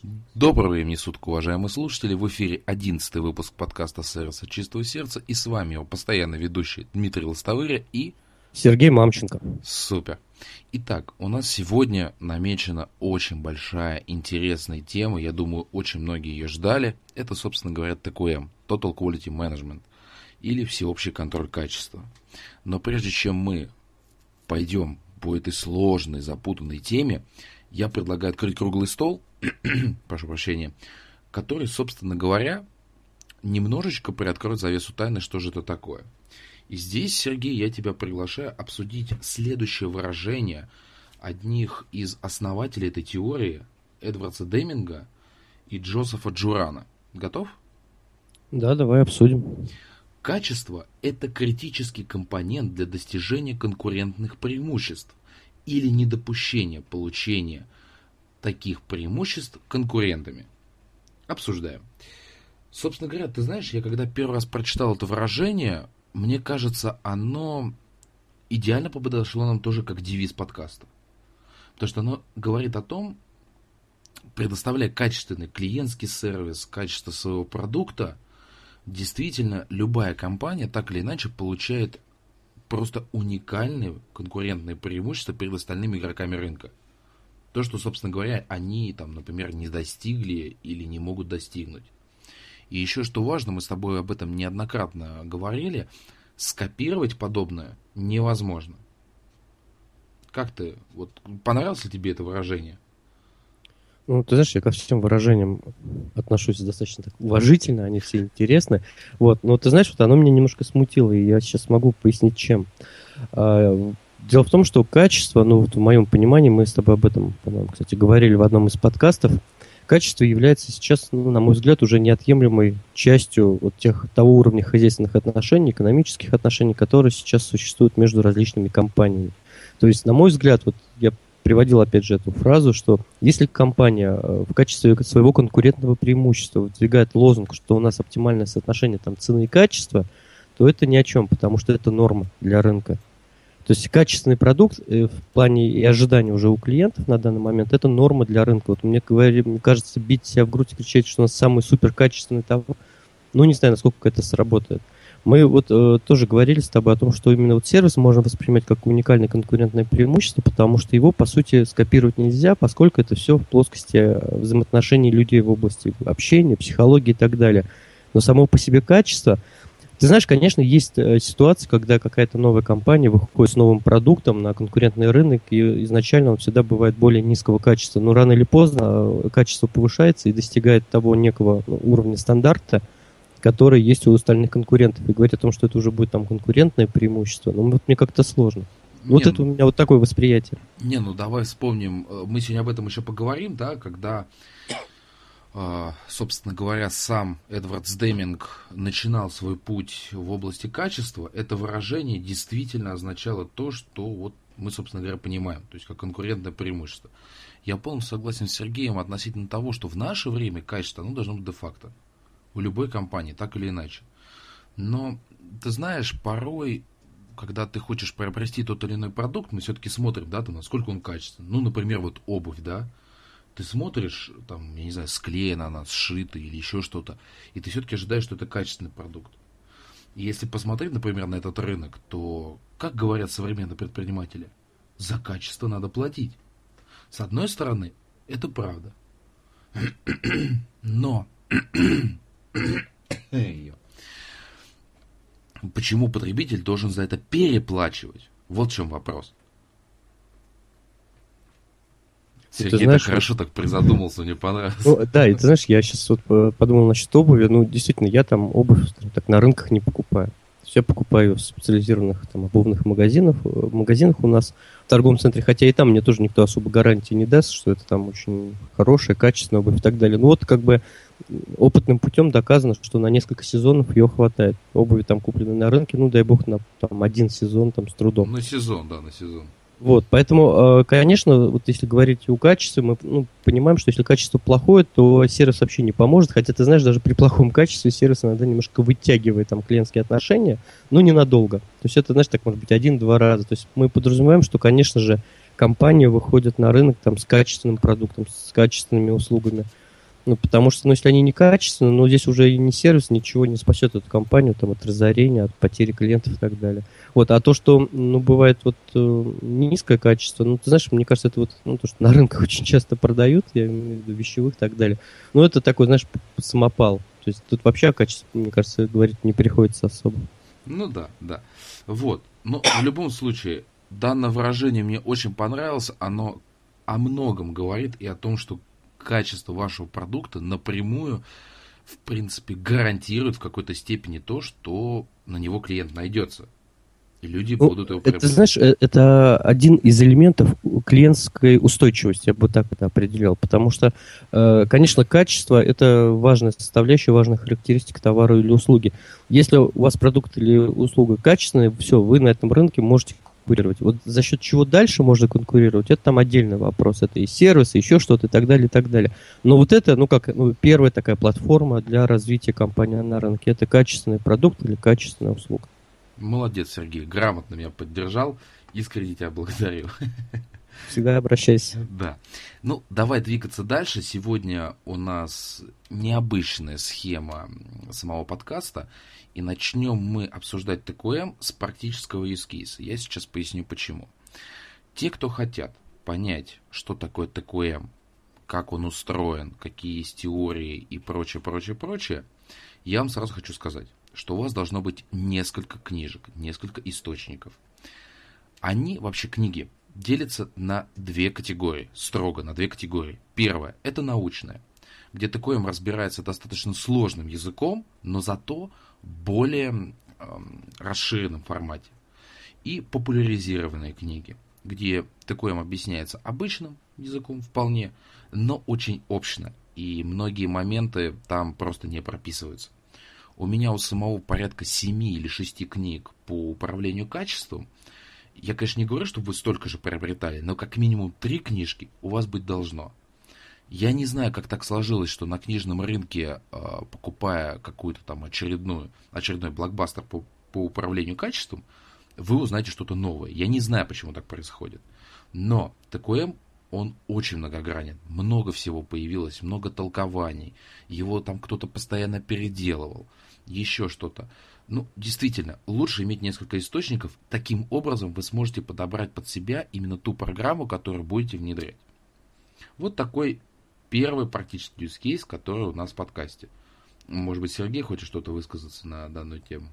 Доброго времени суток, уважаемые слушатели. В эфире 11-й выпуск подкаста «Сервис от чистого сердца». И с вами его постоянно ведущий Дмитрий Лостовыря и... Сергей Мамченко. Супер. Итак, у нас сегодня намечена очень большая, интересная тема. Я думаю, очень многие ее ждали. Это, собственно говоря, ТКМ, Total Quality Management, или всеобщий контроль качества. Но прежде чем мы пойдем по этой сложной, запутанной теме, я предлагаю открыть круглый стол, прошу прощения, который, собственно говоря, немножечко приоткроет завесу тайны, что же это такое. И здесь, Сергей, я тебя приглашаю обсудить следующее выражение одних из основателей этой теории, Эдварда Деминга и Джозефа Джурана. Готов? Да, давай обсудим. Качество – это критический компонент для достижения конкурентных преимуществ или недопущения получения таких преимуществ конкурентами. Обсуждаем. Собственно говоря, ты знаешь, я когда первый раз прочитал это выражение, мне кажется, оно идеально подошло нам тоже как девиз подкаста. Потому что оно говорит о том, предоставляя качественный клиентский сервис, качество своего продукта, действительно любая компания так или иначе получает просто уникальные конкурентные преимущества перед остальными игроками рынка. То, что, собственно говоря, они, там, например, не достигли или не могут достигнуть. И еще что важно, мы с тобой об этом неоднократно говорили, скопировать подобное невозможно. Как ты, вот, понравилось ли тебе это выражение? Ну, ты знаешь, я ко всем выражениям отношусь достаточно так уважительно, они все интересны. Вот, но ты знаешь, вот оно меня немножко смутило, и я сейчас могу пояснить, чем. Дело в том, что качество, ну вот в моем понимании, мы с тобой об этом, по-моему, кстати, говорили в одном из подкастов, качество является сейчас, ну, на мой взгляд, уже неотъемлемой частью вот того уровня хозяйственных отношений, экономических отношений, которые сейчас существуют между различными компаниями. То есть, на мой взгляд, вот я приводил опять же эту фразу, что если компания в качестве своего конкурентного преимущества выдвигает лозунг, что у нас оптимальное соотношение там, цены и качества, то это ни о чем, потому что это норма для рынка. То есть качественный продукт в плане и ожидания уже у клиентов на данный момент это норма для рынка. Вот мне кажется, бить себя в грудь и кричать, что у нас самый суперкачественный товар, ну не знаю, насколько это сработает. Мы вот тоже говорили с тобой о том, что именно вот сервис можно воспринимать как уникальное конкурентное преимущество, потому что его, по сути, скопировать нельзя, поскольку это все в плоскости взаимоотношений людей в области общения, психологии и так далее. Но само по себе качество... Ты знаешь, конечно, есть ситуации, когда какая-то новая компания выходит с новым продуктом на конкурентный рынок, и изначально он всегда бывает более низкого качества. Но рано или поздно качество повышается и достигает того некого уровня стандарта, который есть у остальных конкурентов. И говорить о том, что это уже будет там конкурентное преимущество, ну вот мне как-то сложно. Вот это у меня вот такое восприятие. Ну давай вспомним, мы сегодня об этом еще поговорим, да, когда... собственно говоря, сам Эдвард Деминг начинал свой путь в области качества, это выражение действительно означало то, что вот мы, собственно говоря, понимаем, то есть как конкурентное преимущество. Я полностью согласен с Сергеем относительно того, что в наше время качество, оно должно быть де-факто. У любой компании, так или иначе. Но, ты знаешь, порой, когда ты хочешь приобрести тот или иной продукт, мы все-таки смотрим, да, там, насколько он качественный. Ну, например, вот обувь, да. Ты смотришь, там, я не знаю, склеена она, сшита или еще что-то, и ты все-таки ожидаешь, что это качественный продукт. И если посмотреть, например, на этот рынок, то, как говорят современные предприниматели, за качество надо платить. С одной стороны, это правда. Но почему потребитель должен за это переплачивать? Вот в чем вопрос. Сергей, ты знаешь, так хорошо так призадумался, мне понравилось. Ну, да, и ты знаешь, я сейчас вот подумал насчет обуви. Ну, действительно, я там обувь так на рынках не покупаю. Я покупаю в специализированных там, обувных магазинах у нас в торговом центре, хотя и там мне тоже никто особо гарантии не даст, что это там очень хорошая, качественная обувь и так далее. Ну вот как бы опытным путем доказано, что на несколько сезонов ее хватает. Обуви там куплены на рынке, ну дай бог на там, один сезон там с трудом. На сезон, да, на сезон. Вот, поэтому, конечно, вот если говорить о качестве, мы понимаем, что если качество плохое, то сервис вообще не поможет, хотя, ты знаешь, даже при плохом качестве сервис иногда немножко вытягивает там клиентские отношения, но ненадолго. То есть это, знаешь, так может быть 1-2 раза. То есть мы подразумеваем, что, конечно же, компания выходит на рынок там с качественным продуктом, с качественными услугами. Ну, потому что, ну, если они некачественные, ну, здесь уже и не сервис, ничего не спасет эту компанию там, от разорения, от потери клиентов и так далее. Вот, а то, что, ну, бывает вот низкое качество, ну, ты знаешь, мне кажется, это вот, ну, то, что на рынках очень часто продают, я имею в виду вещевых и так далее. Ну, это такой, знаешь, самопал. То есть тут вообще о качестве, мне кажется, говорить не приходится особо. Ну да, да. Вот. Но в любом случае, данное выражение мне очень понравилось. Оно о многом говорит и о том, что качество вашего продукта напрямую, в принципе, гарантирует в какой-то степени то, что на него клиент найдется. И люди Ну, будут его это, приобретать. знаешь, это один из элементов клиентской устойчивости, я бы так это определял. Потому что, конечно, качество – это важная составляющая, важная характеристика товара или услуги. Если у вас продукт или услуга качественная, все, вы на этом рынке можете конкурировать. Вот за счет чего дальше можно конкурировать, это там отдельный вопрос. Это и сервис, и еще что-то, и так далее, и так далее. Но вот это, ну, как первая такая платформа для развития компании на рынке – это качественный продукт или качественная услуга. Молодец, Сергей, грамотно меня поддержал. Искренне тебя благодарю. Всегда обращайся. Да. Ну, давай двигаться дальше. Сегодня у нас необычная схема самого подкаста. И начнем мы обсуждать ТКМ с практического use case. Я сейчас поясню почему. Те, кто хотят понять, что такое ТКМ, как он устроен, какие есть теории и прочее, прочее, прочее, я вам сразу хочу сказать, что у вас должно быть несколько книжек, несколько источников. Они, вообще книги, делятся на две категории, строго на две категории. Первая – это научная, где ТКМ разбирается достаточно сложным языком, но зато более расширенном формате. И популяризированные книги, где ТКМ объясняется обычным языком вполне, но очень общно, и многие моменты там просто не прописываются. У меня у самого порядка 7 или 6 книг по управлению качеством. Я, конечно, не говорю, чтобы вы столько же приобретали, но как минимум 3 книжки у вас быть должно. Я не знаю, как так сложилось, что на книжном рынке, покупая какую-то там очередной блокбастер по управлению качеством, вы узнаете что-то новое. Я не знаю, почему так происходит. Но ТКМ, он очень многогранен. Много всего появилось, много толкований. Его там кто-то постоянно переделывал. Еще что-то. Ну, действительно, лучше иметь несколько источников. Таким образом вы сможете подобрать под себя именно ту программу, которую будете внедрять. Вот такой первый практический use case, который у нас в подкасте. Может быть, Сергей хочет что-то высказаться на данную тему?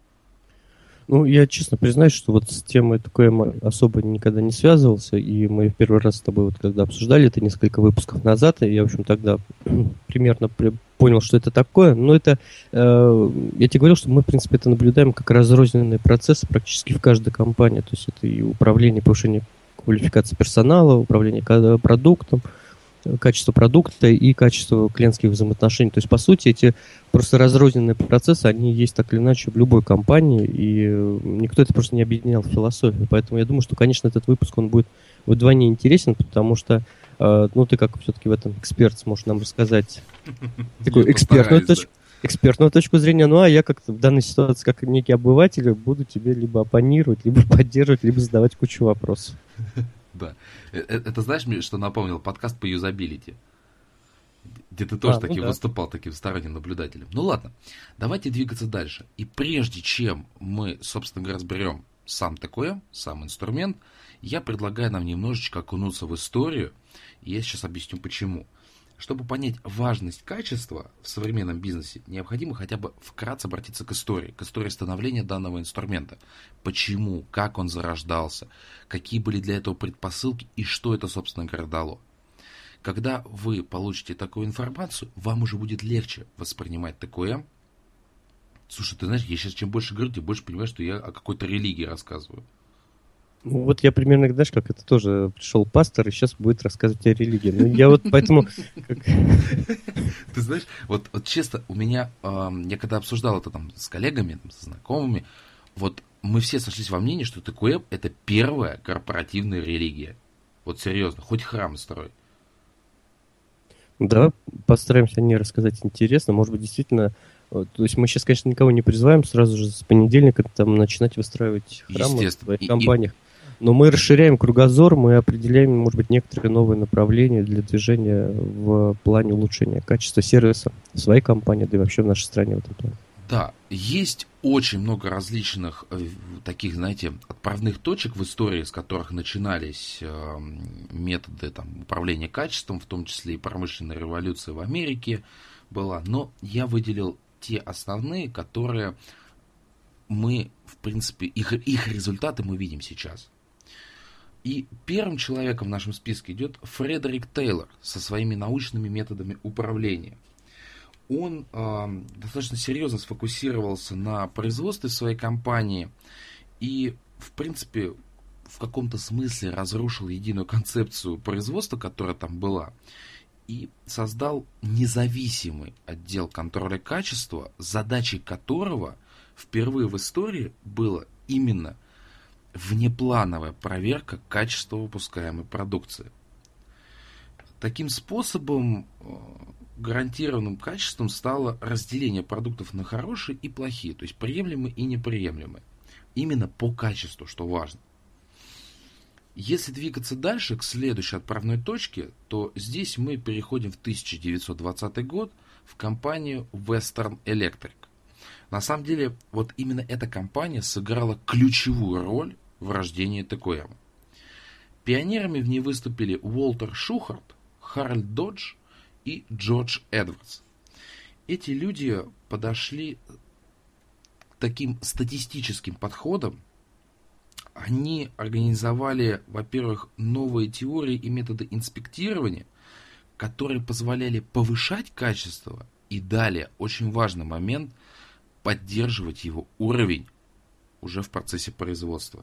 Ну, я честно признаюсь, что вот с темой ТКМ особо никогда не связывался, и мы в первый раз с тобой вот когда обсуждали это несколько выпусков назад, и я, в общем, тогда примерно понял, что это такое, но это, я тебе говорил, что мы, в принципе, это наблюдаем как разрозненные процессы практически в каждой компании, то есть это и управление, повышение квалификации персонала, управление продуктом, качество продукта и качество клиентских взаимоотношений. То есть, по сути, эти просто разрозненные процессы, они есть так или иначе в любой компании, и никто это просто не объединял в философии. Поэтому я думаю, что, конечно, этот выпуск, он будет вдвойне интересен, потому что, ну, ты как все-таки в этом эксперт, сможешь нам рассказать такую экспертную точку зрения, ну, а я как-то в данной ситуации, как некий обыватель, буду тебе либо оппонировать, либо поддерживать, либо задавать кучу вопросов. Да. Это знаешь, мне что напомнил? Подкаст по юзабилити. Где ты тоже выступал таким сторонним наблюдателем. Ну ладно, давайте двигаться дальше. И прежде чем мы, собственно говоря, разберем сам ТКМ, сам инструмент, я предлагаю нам немножечко окунуться в историю. И я сейчас объясню почему. Чтобы понять важность качества в современном бизнесе, необходимо хотя бы вкратце обратиться к истории становления данного инструмента. Почему, как он зарождался, какие были для этого предпосылки и что это, собственно говоря, дало. Когда вы получите такую информацию, вам уже будет легче воспринимать ТКМ. Слушай, ты знаешь, я сейчас чем больше говорю, тем больше понимаю, что я о какой-то религии рассказываю. Ну, вот я примерно, знаешь, как это тоже пришел пастор и сейчас будет рассказывать о религии. Ну, я вот поэтому... Ты знаешь, вот честно, у меня, я когда обсуждал это там с коллегами, со знакомыми, вот мы все сошлись во мнении, что ТКМ — это первая корпоративная религия. Вот серьезно, хоть храм строй. Да, постараемся о ней рассказать интересно. Может быть, действительно... То есть мы сейчас, конечно, никого не призываем сразу же с понедельника там начинать выстраивать храмы в своих компаниях. Но мы расширяем кругозор, мы определяем, может быть, некоторые новые направления для движения в плане улучшения качества сервиса в своей компании, да и вообще в нашей стране в этом плане. Да, есть очень много различных таких, знаете, отправных точек в истории, с которых начинались методы управления качеством, в том числе и промышленная революция в Америке была. Но я выделил те основные, которые мы, в принципе, их результаты мы видим сейчас. И первым человеком в нашем списке идет Фредерик Тейлор со своими научными методами управления. Он достаточно серьезно сфокусировался на производстве своей компании и, в принципе, в каком-то смысле разрушил единую концепцию производства, которая там была, и создал независимый отдел контроля качества, задачей которого впервые в истории было именно внеплановая проверка качества выпускаемой продукции. Таким способом гарантированным качеством стало разделение продуктов на хорошие и плохие, то есть приемлемые и неприемлемые. Именно по качеству, что важно. Если двигаться дальше к следующей отправной точке, то здесь мы переходим в 1920 год в компанию Western Electric. На самом деле, вот именно эта компания сыграла ключевую роль в рождении ТКМ. Пионерами в ней выступили Уолтер Шухарт, Харальд Додж и Джордж Эдвардс. Эти люди подошли к таким статистическим подходам. Они организовали, во-первых, новые теории и методы инспектирования, которые позволяли повышать качество и далее, очень важный момент, поддерживать его уровень уже в процессе производства.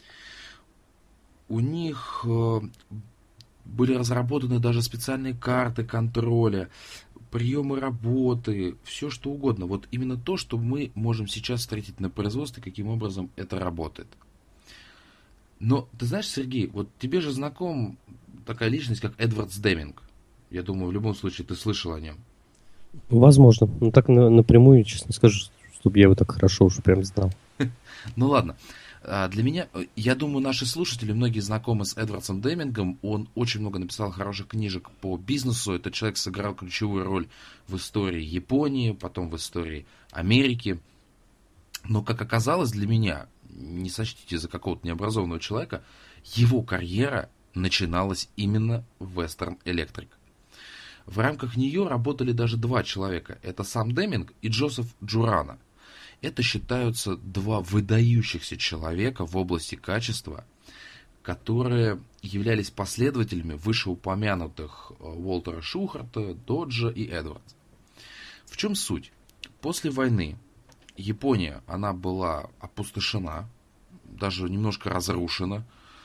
У них были разработаны даже специальные карты контроля, приемы работы, все что угодно. Вот именно то, что мы можем сейчас встретить на производстве, каким образом это работает. Но, ты знаешь, Сергей, вот тебе же знаком такая личность, как Эдвардс Деминг. Я думаю, в любом случае ты слышал о нем. Возможно. Но так напрямую, честно скажу, чтобы я его так хорошо уж прям знал. Ну ладно. Для меня, я думаю, наши слушатели, многие знакомы с Эдвардсом Демингом. Он очень много написал хороших книжек по бизнесу. Этот человек сыграл ключевую роль в истории Японии, потом в истории Америки. Но, как оказалось для меня, не сочтите за какого-то необразованного человека, его карьера начиналась именно в Western Electric. В рамках нее работали даже два человека. Это сам Деминг и Джозеф Джурана. Это считаются два выдающихся человека в области качества, которые являлись последователями вышеупомянутых Уолтера Шухарта, Доджа и Эдвардса. В чем суть? После войны Япония, она была опустошена, даже немножко разрушена.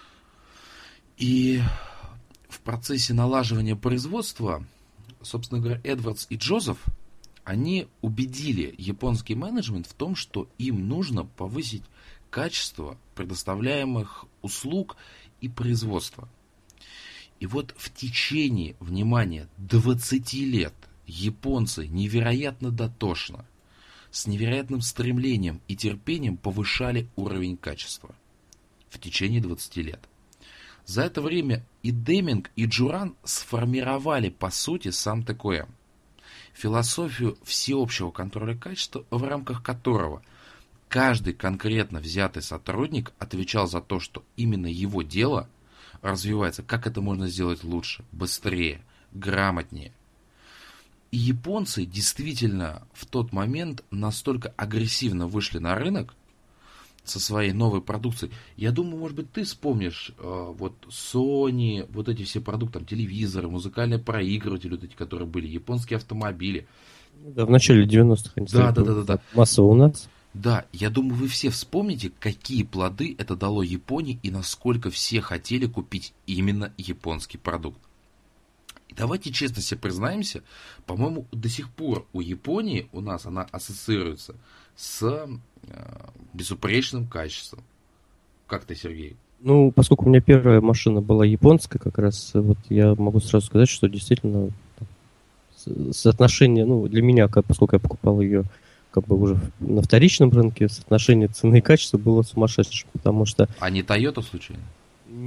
И в процессе налаживания производства, собственно говоря, Эдвардс и Джозеф, они убедили японский менеджмент в том, что им нужно повысить качество предоставляемых услуг и производства. И вот в течение, внимание, 20 лет японцы невероятно дотошно, с невероятным стремлением и терпением повышали уровень качества. В течение 20 лет. За это время и Деминг, и Джуран сформировали, по сути, сам ТКМ. Философию всеобщего контроля качества, в рамках которого каждый конкретно взятый сотрудник отвечал за то, что именно его дело развивается, как это можно сделать лучше, быстрее, грамотнее. И японцы действительно в тот момент настолько агрессивно вышли на рынок со своей новой продукцией. Я думаю, может быть, ты вспомнишь вот Sony, вот эти все продукты, там, телевизоры, музыкальные проигрыватели, вот эти, которые были, японские автомобили. Да, в начале 90-х они да. массово у нас. Да, я думаю, вы все вспомните, какие плоды это дало Японии и насколько все хотели купить именно японский продукт. И давайте честно себе признаемся, по-моему, до сих пор у Японии, у нас она ассоциируется с безупречным качеством. Как ты, Сергей? Ну, поскольку у меня первая машина была японская, как раз вот я могу сразу сказать, что действительно соотношение, ну, для меня, поскольку я покупал ее как бы уже на вторичном рынке, соотношение цены и качества было сумасшедшим, потому что... А не Toyota случайно?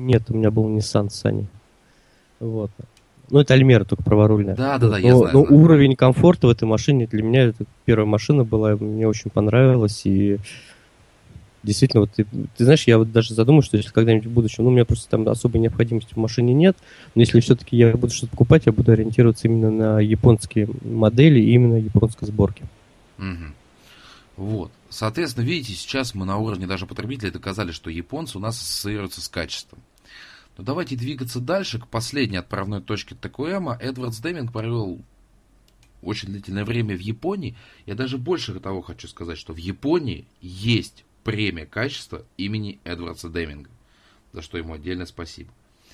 Нет, у меня был Nissan Sunny. Вот. Ну, это Альмера, только праворульная. Да, Вот. я знаю. Но уровень комфорта в этой машине для меня, это первая машина была, мне очень понравилась. И действительно, вот ты знаешь, я вот даже задумаюсь, что если когда-нибудь в будущем, ну, у меня просто там особой необходимости в машине нет, но если все-таки я буду что-то покупать, я буду ориентироваться именно на японские модели и именно японской сборки. Угу. Вот. Соответственно, видите, сейчас мы на уровне даже потребителей доказали, что японцы у нас ассоциируются с качеством. Но давайте двигаться дальше к последней отправной точке ТКМа. Эдвардс Деминг провел очень длительное время в Японии. Я даже больше того хочу сказать, что в Японии есть премия качества имени Эдвардса Деминга, за что ему отдельное спасибо.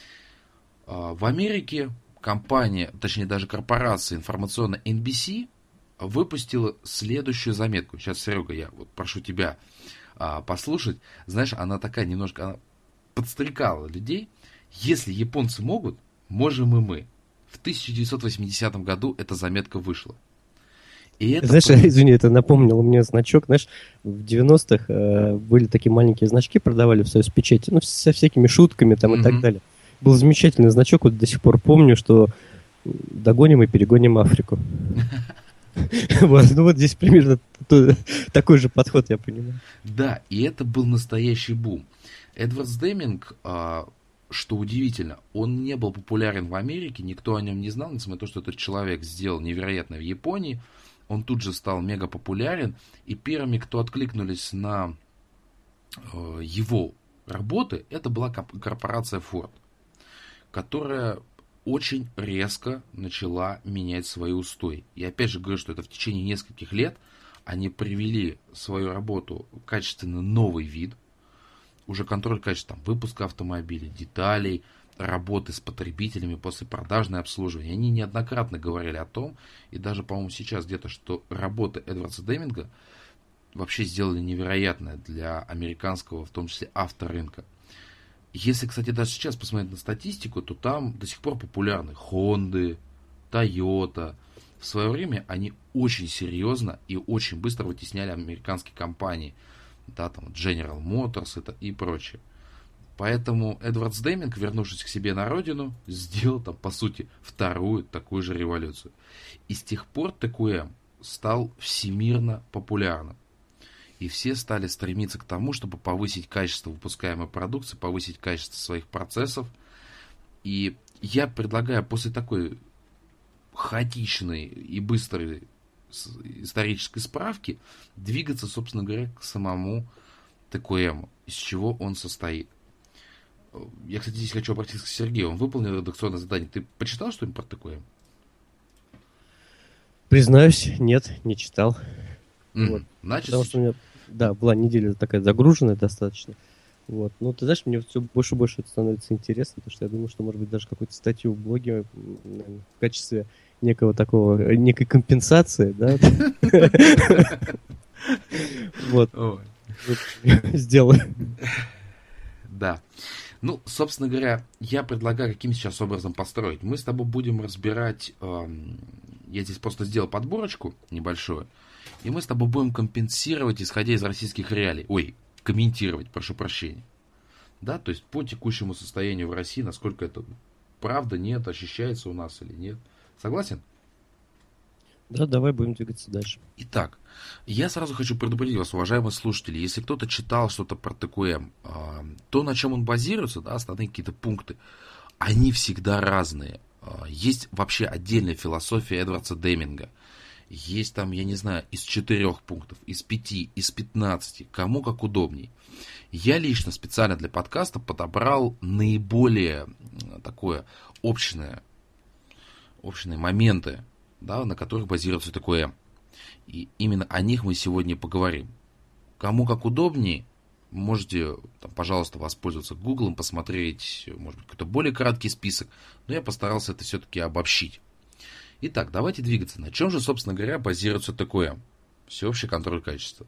В Америке компания, точнее даже корпорация информационная NBC выпустила следующую заметку. Сейчас, Серега, я вот прошу тебя послушать. Знаешь, она такая немножко она подстрекала людей. Если японцы могут, можем и мы. В 1980 году эта заметка вышла. И это знаешь, извини, это напомнило мне значок, знаешь, в 90-х были такие маленькие значки, продавали в Союзпечати, ну, со всякими шутками там и так далее. Был замечательный значок, вот до сих пор помню, что догоним и перегоним Африку. Вот, ну вот здесь примерно такой же подход, я понимаю. Да, и это был настоящий бум. Эдвардс Деминг, что удивительно, он не был популярен в Америке, никто о нем не знал, несмотря на то, что этот человек сделал невероятно в Японии. Он тут же стал мега популярен, и первыми, кто откликнулись на его работы, это была корпорация Ford, которая очень резко начала менять свои устои. И опять же говорю, что это в течение нескольких лет они привели свою работу в качественно новый вид, уже контроль качества выпуска автомобилей, деталей, работы с потребителями, послепродажное обслуживание. Они неоднократно говорили о том, и даже, по-моему, сейчас где-то, что работы Эдвардса Деминга вообще сделали невероятное для американского, в том числе, авторынка. Если, кстати, даже сейчас посмотреть на статистику, то там до сих пор популярны Honda, Toyota. В свое время они очень серьезно и очень быстро вытесняли американские компании. Да, там General Motors и прочее. Поэтому Эдвардс Деминг, вернувшись к себе на родину, сделал там, по сути, вторую такую же революцию. И с тех пор ТКМ стал всемирно популярным. И все стали стремиться к тому, чтобы повысить качество выпускаемой продукции, повысить качество своих процессов. И я предлагаю после такой хаотичной и быстрой исторической справки двигаться, собственно говоря, к самому ТКМу, из чего он состоит. Я, кстати, здесь хочу обратиться к Сергею. Он выполнил редакционное задание. Ты почитал что-нибудь про ТКМ? Признаюсь, нет, не читал. Вот. Значит, потому что у меня, да, была неделя такая загруженная достаточно. Вот. Ну, ты знаешь, мне все больше и больше это становится интересно, потому что я думаю, что, может быть, даже какую-то статью в блоге, наверное, в качестве некой компенсации, да, вот, сделаю. Да. Ну, собственно говоря, я предлагаю, каким сейчас образом построить. Мы с тобой будем разбирать, я здесь просто сделал подборочку небольшую, и мы с тобой будем компенсировать, исходя из российских реалий. Ой, комментировать, прошу прощения. Да, то есть по текущему состоянию в России, насколько это правда, нет, ощущается у нас или нет. Согласен? Да, давай будем двигаться дальше. Итак, я сразу хочу предупредить вас, уважаемые слушатели, если кто-то читал что-то про ТКМ, то, на чем он базируется, да, основные какие-то пункты, они всегда разные. Есть вообще отдельная философия Эдвардса Деминга. Есть там, я не знаю, из 4 пунктов, из 5, из 15, кому как удобней. Я лично специально для подкаста подобрал наиболее такое общие моменты, да, на которых базируется ТКМ. И именно о них мы сегодня поговорим. Кому как удобнее, можете, там, пожалуйста, воспользоваться Гуглом, посмотреть, может быть, какой-то более краткий список, но я постарался это все-таки обобщить. Итак, давайте двигаться. На чем же, собственно говоря, базируется ТКМ? Всеобщий контроль качества.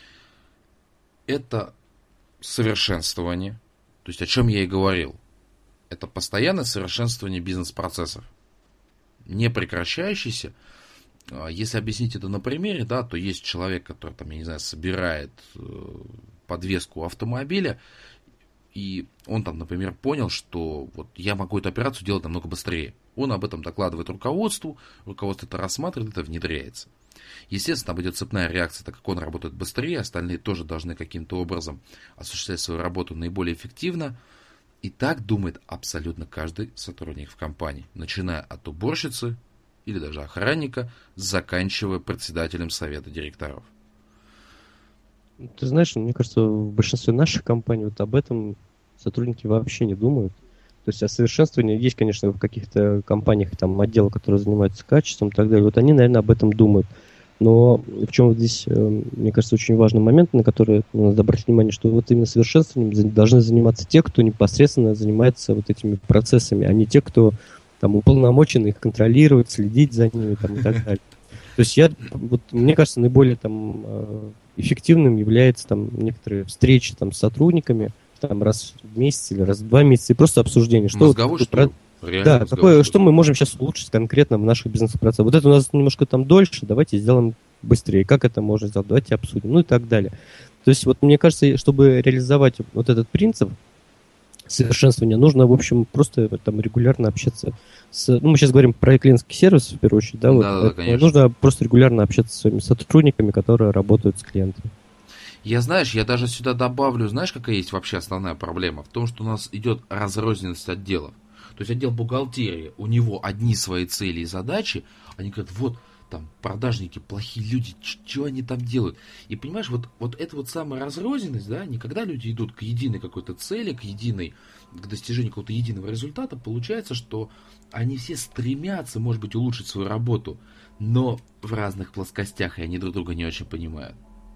Это совершенствование, то есть о чем я и говорил. Это постоянное совершенствование бизнес-процессов. Не прекращающийся. Если объяснить это на примере, да, то есть человек, который, там, я не знаю, собирает подвеску автомобиля, и он там, например, понял, что вот я могу эту операцию делать намного быстрее. Он об этом докладывает руководству, руководство это рассматривает, это внедряется. Естественно, там идет цепная реакция, так как он работает быстрее, остальные тоже должны каким-то образом осуществлять свою работу наиболее эффективно. И так думает абсолютно каждый сотрудник в компании, начиная от уборщицы или даже охранника, заканчивая председателем совета директоров. Ты знаешь, мне кажется, в большинстве наших компаний вот об этом сотрудники вообще не думают. То есть о совершенствовании есть, конечно, в каких-то компаниях там отделы, которые занимаются качеством и так далее. Вот они, наверное, об этом думают. Но в чем вот здесь, мне кажется, очень важный момент, на который надо обратить внимание, что вот именно совершенствованием должны заниматься те, кто непосредственно занимается вот этими процессами, а не те, кто там уполномочен их контролировать, следить за ними там, и так далее. То есть мне кажется, наиболее там эффективным является там некоторые встречи там с сотрудниками там раз в месяц или раз в 2 месяца и просто обсуждение, что мозговой, что да, такое, что мы можем сейчас улучшить конкретно в наших бизнес-процессах. Вот это у нас немножко там дольше, давайте сделаем быстрее. Как это можно сделать? Давайте обсудим. Ну и так далее. То есть вот мне кажется, чтобы реализовать вот этот принцип совершенствования, нужно, в общем, просто там регулярно общаться мы сейчас говорим про клиентский сервис, в первую очередь, да, да, конечно. Нужно просто регулярно общаться с своими сотрудниками, которые работают с клиентами. Я даже сюда добавлю, знаешь, какая есть вообще основная проблема? В том, что у нас идет разрозненность отделов. То есть отдел бухгалтерии, у него одни свои цели и задачи, они говорят, вот, там, продажники, плохие люди, что они там делают? И понимаешь, вот эта вот самая разрозненность, да, никогда люди идут к единой какой-то цели, к достижению какого-то единого результата, получается, что они все стремятся, может быть, улучшить свою работу, но в разных плоскостях, и они друг друга не очень понимают.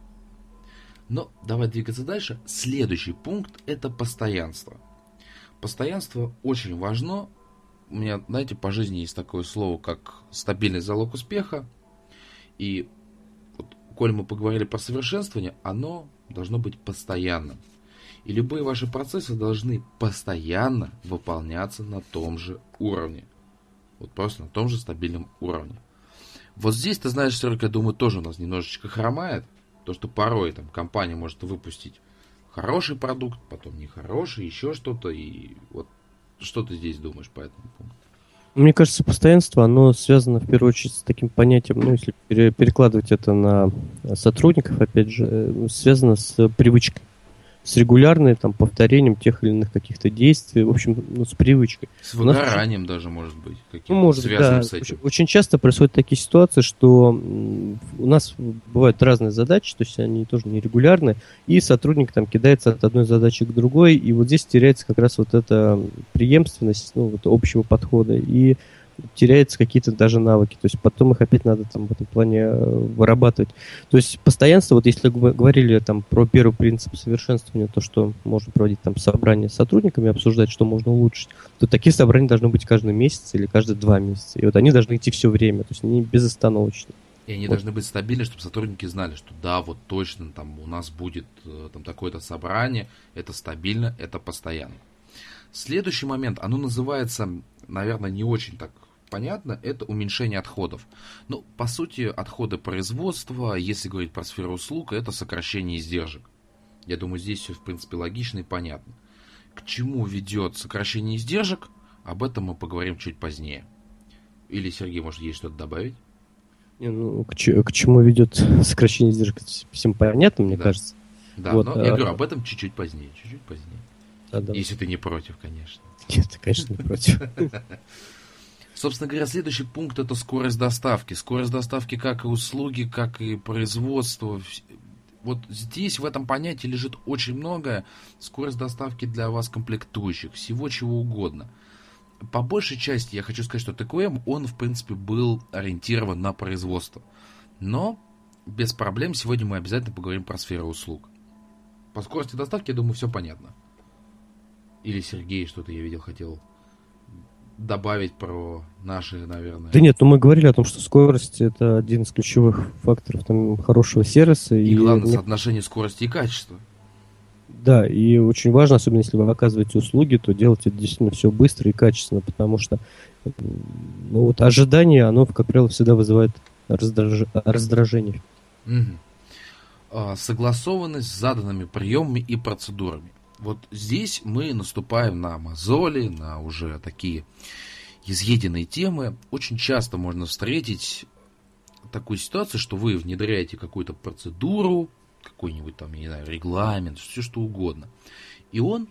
Но давай двигаться дальше. Следующий пункт – это постоянство. Постоянство очень важно. У меня, знаете, по жизни есть такое слово, как стабильный залог успеха. И вот, коль мы поговорили про совершенствование, оно должно быть постоянным. И любые ваши процессы должны постоянно выполняться на том же уровне. Вот просто на том же стабильном уровне. Вот здесь, ты знаешь, Серега, я думаю, тоже у нас немножечко хромает. То, что порой там компания может выпустить хороший продукт, потом нехороший, еще что-то. И вот что ты здесь думаешь по этому пункту? Мне кажется, постоянство, оно связано в первую очередь с таким понятием, если перекладывать это на сотрудников, опять же, связано с привычкой. С регулярным там, повторением тех или иных каких-то действий, в общем, с привычкой. С выгоранием даже, может быть, связанным да. с этим. Очень часто происходят такие ситуации, что у нас бывают разные задачи, то есть они тоже нерегулярны, и сотрудник там кидается от одной задачи к другой, и вот здесь теряется как раз вот эта преемственность общего подхода, и теряются какие-то даже навыки, то есть потом их опять надо там в этом плане вырабатывать. То есть постоянство, вот если мы говорили там про первый принцип совершенствования, то, что можно проводить там собрания с сотрудниками, обсуждать, что можно улучшить, то такие собрания должны быть каждый месяц или каждые 2 месяца. И вот они должны идти все время, то есть они безостановочно. И они должны быть стабильны, чтобы сотрудники знали, что да, вот точно там у нас будет там такое-то собрание, это стабильно, это постоянно. Следующий момент, оно называется, наверное, не очень так понятно, это уменьшение отходов. Ну, по сути, отходы производства, если говорить про сферу услуг, это сокращение издержек. Я думаю, здесь все, в принципе, логично и понятно. К чему ведет сокращение издержек, об этом мы поговорим чуть позднее. Или, Сергей, может, есть что-то добавить? К чему ведет сокращение издержек, всем понятно, мне кажется. Да, вот, но я говорю, об этом чуть-чуть позднее. Да. Если ты не против, конечно. Нет, конечно, не против. Собственно говоря, следующий пункт – это скорость доставки. Скорость доставки как и услуги, как и производство. Вот здесь, в этом понятии, лежит очень многое. Скорость доставки для вас комплектующих, всего чего угодно. По большей части, я хочу сказать, что ТКМ, он, в принципе, был ориентирован на производство. Но без проблем сегодня мы обязательно поговорим про сферу услуг. По скорости доставки, я думаю, все понятно. Или Сергей что-то, я видел, хотел добавить про наши, наверное... Да нет, мы говорили о том, что скорость – это один из ключевых факторов там, хорошего сервиса. И главное, соотношение скорости и качества. Да, и очень важно, особенно если вы оказываете услуги, то делать это действительно все быстро и качественно, потому что ожидание, оно, как правило, всегда вызывает раздражение. Согласованность с заданными приемами и процедурами. Вот здесь мы наступаем на мозоли, на уже такие изъеденные темы. Очень часто можно встретить такую ситуацию, что вы внедряете какую-то процедуру, какой-нибудь там, я не знаю, регламент, все что угодно. И он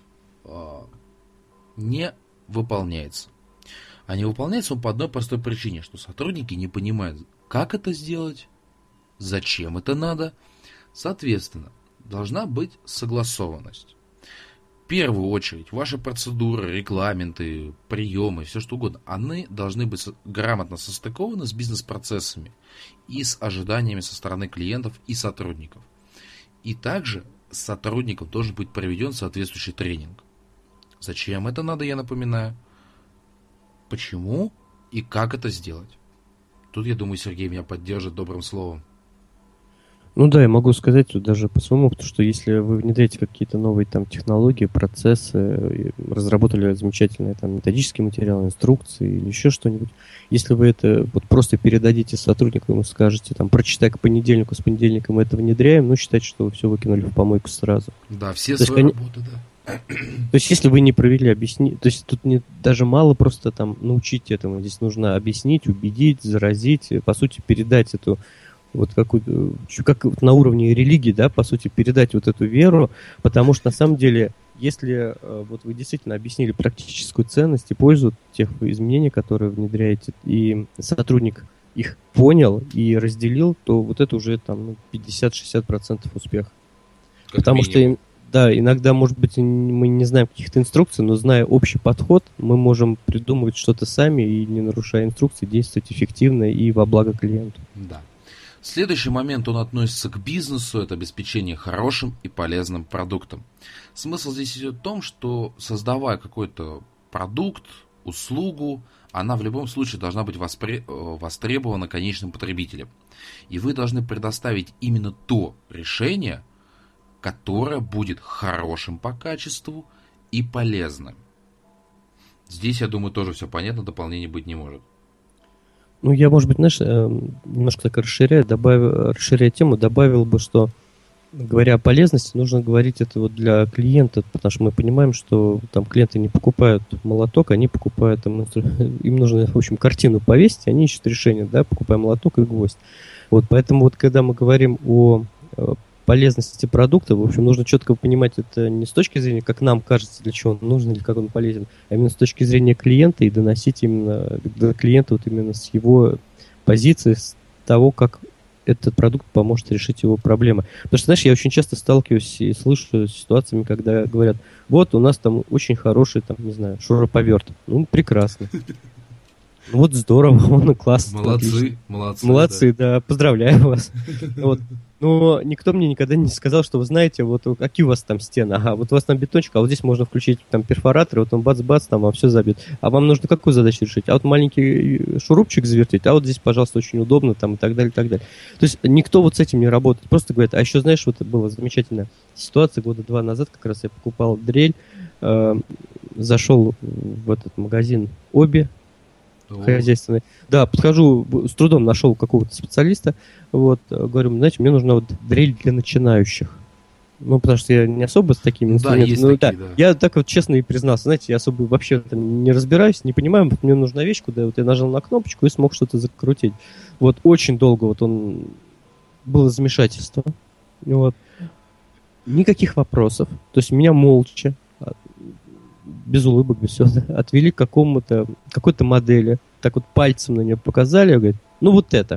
не выполняется. А не выполняется он по одной простой причине, что сотрудники не понимают, как это сделать, зачем это надо. Соответственно, должна быть согласованность. В первую очередь, ваши процедуры, регламенты, приемы, все что угодно, они должны быть грамотно состыкованы с бизнес-процессами и с ожиданиями со стороны клиентов и сотрудников. И также с сотрудником должен быть проведен соответствующий тренинг. Зачем это надо, я напоминаю. Почему и как это сделать. Тут, я думаю, Сергей меня поддержит добрым словом. Ну да, я могу сказать тут даже по своему опыту, что если вы внедряете какие-то новые там технологии, процессы, разработали замечательные там методические материалы, инструкции или еще что-нибудь, если вы это вот просто передадите сотруднику, ему скажете, там, прочитай к понедельнику, с понедельника мы это внедряем, ну, считайте, что вы все выкинули в помойку сразу. Да, все свои работы, да. То есть, если вы не провели объяснение, то есть тут не, даже мало просто там научить этому, здесь нужно объяснить, убедить, заразить, по сути, передать эту вот какую-то, как на уровне религии, да, по сути, передать вот эту веру, потому что на самом деле, если вот вы действительно объяснили практическую ценность и пользу тех изменений, которые внедряете, и сотрудник их понял и разделил, то вот это уже там 50-60% успеха. Как потому минимум. что да, иногда, может быть, мы не знаем каких-то инструкций, но зная общий подход, мы можем придумывать что-то сами и, не нарушая инструкции, действовать эффективно и во благо клиенту. Да. Следующий момент, он относится к бизнесу, это обеспечение хорошим и полезным продуктом. Смысл здесь идет в том, что создавая какой-то продукт, услугу, она в любом случае должна быть востребована конечным потребителем. И вы должны предоставить именно то решение, которое будет хорошим по качеству и полезным. Здесь, я думаю, тоже все понятно, дополнений быть не может. Ну, я, может быть, знаешь, немножко так расширяя тему, добавил бы, что, говоря о полезности, нужно говорить это вот для клиента, потому что мы понимаем, что там клиенты не покупают молоток, они покупают, там, им нужно, в общем, картину повесить, они ищут решение, да, покупая молоток и гвоздь. Вот, поэтому вот, когда мы говорим о полезности продукта, в общем, нужно четко понимать это не с точки зрения, как нам кажется, для чего он нужен или как он полезен, а именно с точки зрения клиента и доносить именно до клиента вот именно с его позиции, с того, как этот продукт поможет решить его проблемы. Потому что, знаешь, я очень часто сталкиваюсь и слышу с ситуациями, когда говорят, вот у нас там очень хороший, там, не знаю, шуруповерт. Ну, прекрасно. Вот здорово, он классно. Молодцы, да, поздравляю вас. Вот. Но никто мне никогда не сказал, что вы знаете, вот какие у вас там стены. Ага, вот у вас там бетончик, а вот здесь можно включить там перфоратор, вот он бац-бац, там, а все забит. А вам нужно какую задачу решить? А вот маленький шурупчик завертеть, а вот здесь, пожалуйста, очень удобно, там, и так далее, и так далее. То есть никто вот с этим не работает. Просто говорит, а еще, знаешь, вот была замечательная ситуация, года 2 назад как раз я покупал дрель, зашел в этот магазин Оби, хозяйственный. Да, подхожу, с трудом нашел какого-то специалиста, вот, говорю, знаете, мне нужна вот дрель для начинающих. Ну, потому что я не особо с такими инструментами. Да, такие, да. Я так вот честно и признался, знаете, я особо вообще там не разбираюсь, не понимаю, вот мне нужна вещь, куда вот я нажал на кнопочку и смог что-то закрутить. Вот очень долго вот было замешательство. Вот. Никаких вопросов. То есть меня молча, без улыбок, без всего, отвели к какой-то модели, так вот пальцем на нее показали, говорят, ну вот это.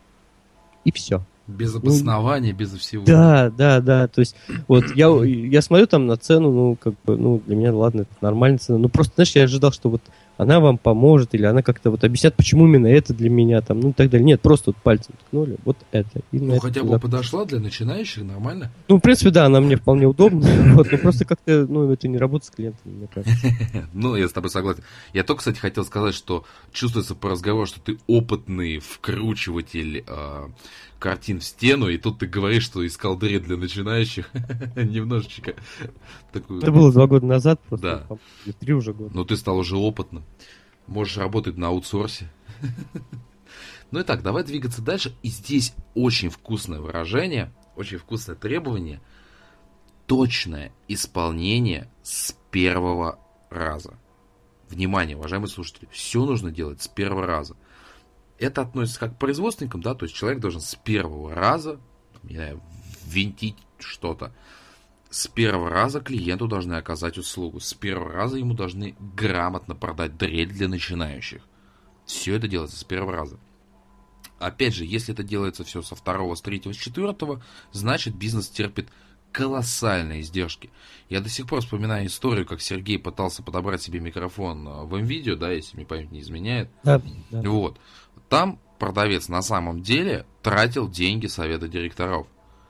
И все. Без обоснования, без всего. Да, то есть вот я смотрю там на цену, ну как бы, ну для меня, ладно, это нормальная цена, ну просто, знаешь, я ожидал, что вот она вам поможет, или она как-то вот объяснят, почему именно это для меня, там, ну и так далее. Нет, просто вот пальцем ткнули, вот это. Ну хотя бы подошла для начинающих, нормально? Ну, в принципе, да, она мне вполне удобна, вот, но просто как-то, ну, это не работает с клиентами, мне кажется. Ну, я с тобой согласен. Я только, кстати, хотел сказать, что чувствуется по разговору, что ты опытный вкручиватель картин в стену, и тут ты говоришь, что искал дрель для начинающих. Немножечко такую... Это было 2 года назад, просто, да. 3 уже года. Но ты стал уже опытным. Можешь работать на аутсорсе. Ну и так, давай двигаться дальше. И здесь очень вкусное выражение, очень вкусное требование. точное исполнение с первого раза. Внимание, уважаемые слушатели, все нужно делать с первого раза. Это относится как к производственникам, да, то есть человек должен с первого раза, не знаю, винтить что-то. С первого раза клиенту должны оказать услугу. С первого раза ему должны грамотно продать дрель для начинающих. Все это делается с первого раза. Опять же, если это делается все со второго, с третьего, с четвертого, значит бизнес терпит колоссальные издержки. Я до сих пор вспоминаю историю, как Сергей пытался подобрать себе микрофон в МВидео, да, если мне память не изменяет. Да. Вот. Там продавец на самом деле тратил деньги совета директоров.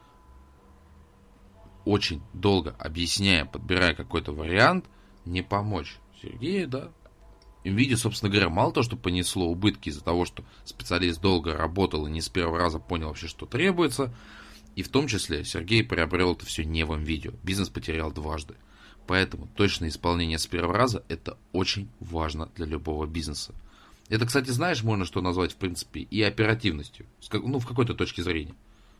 Очень долго объясняя, подбирая какой-то вариант, не помочь Сергею, да. МВидео, собственно говоря, мало того, что понесло убытки из-за того, что специалист долго работал и не с первого раза понял вообще, что требуется, и в том числе Сергей приобрел это все не в МВидео. Бизнес потерял дважды. Поэтому точное исполнение с первого раза – это очень важно для любого бизнеса. Это, кстати, знаешь, можно что назвать, в принципе, и оперативностью. Ну, в какой-то точке зрения.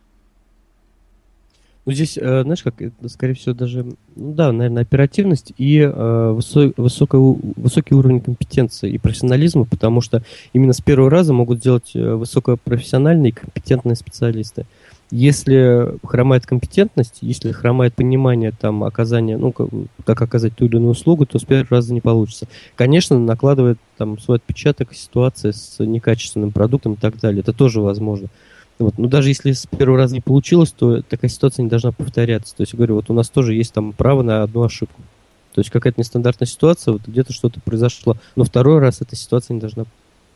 Ну, здесь, знаешь, как, скорее всего, даже, ну да, наверное, оперативность и высокий уровень компетенции и профессионализма, потому что именно с первого раза могут сделать высокопрофессиональные и компетентные специалисты. Если хромает компетентность, если хромает понимание там, оказания, ну, как оказать ту или иную услугу, то с первого раза не получится. Конечно, накладывает там свой отпечаток ситуация с некачественным продуктом и так далее. Это тоже возможно. Вот. Но даже если с первого раза не получилось, то такая ситуация не должна повторяться. То есть, я говорю, вот у нас тоже есть там право на одну ошибку. То есть какая-то нестандартная ситуация, вот где-то что-то произошло, но второй раз эта ситуация не должна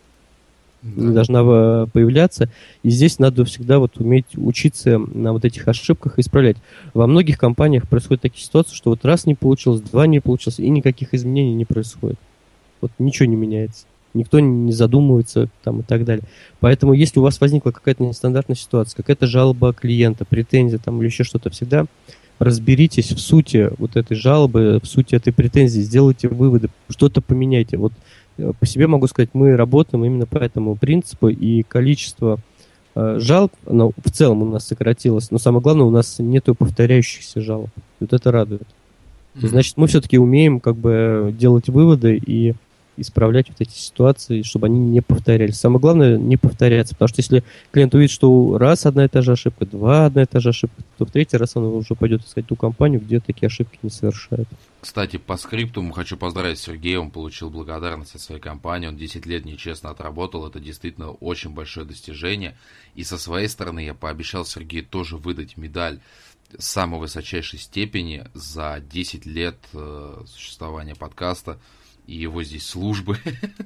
появляться. И здесь надо всегда вот уметь учиться на вот этих ошибках и исправлять. Во многих компаниях происходят такие ситуации, что вот раз не получилось, два не получилось, и никаких изменений не происходит. Вот ничего не меняется. Никто не задумывается там и так далее. Поэтому, если у вас возникла какая-то нестандартная ситуация, какая-то жалоба клиента, претензия там или еще что-то, всегда разберитесь в сути вот этой жалобы, в сути этой претензии, сделайте выводы, что-то поменяйте. Вот по себе могу сказать, мы работаем именно по этому принципу, и количество жалоб, оно в целом у нас сократилось, но самое главное, у нас нету повторяющихся жалоб. Вот это радует. Значит, мы все-таки умеем как бы делать выводы и исправлять вот эти ситуации, чтобы они не повторялись. Самое главное, не повторяться, потому что если клиент увидит, что раз одна и та же ошибка, два одна и та же ошибка, то в третий раз он уже пойдет искать ту компанию, где такие ошибки не совершают. Кстати, по скрипту хочу поздравить Сергея, он получил благодарность от своей компании, он 10 лет нечестно отработал, это действительно очень большое достижение, и со своей стороны я пообещал Сергею тоже выдать медаль самой высочайшей степени за 10 лет существования подкаста и его здесь службы.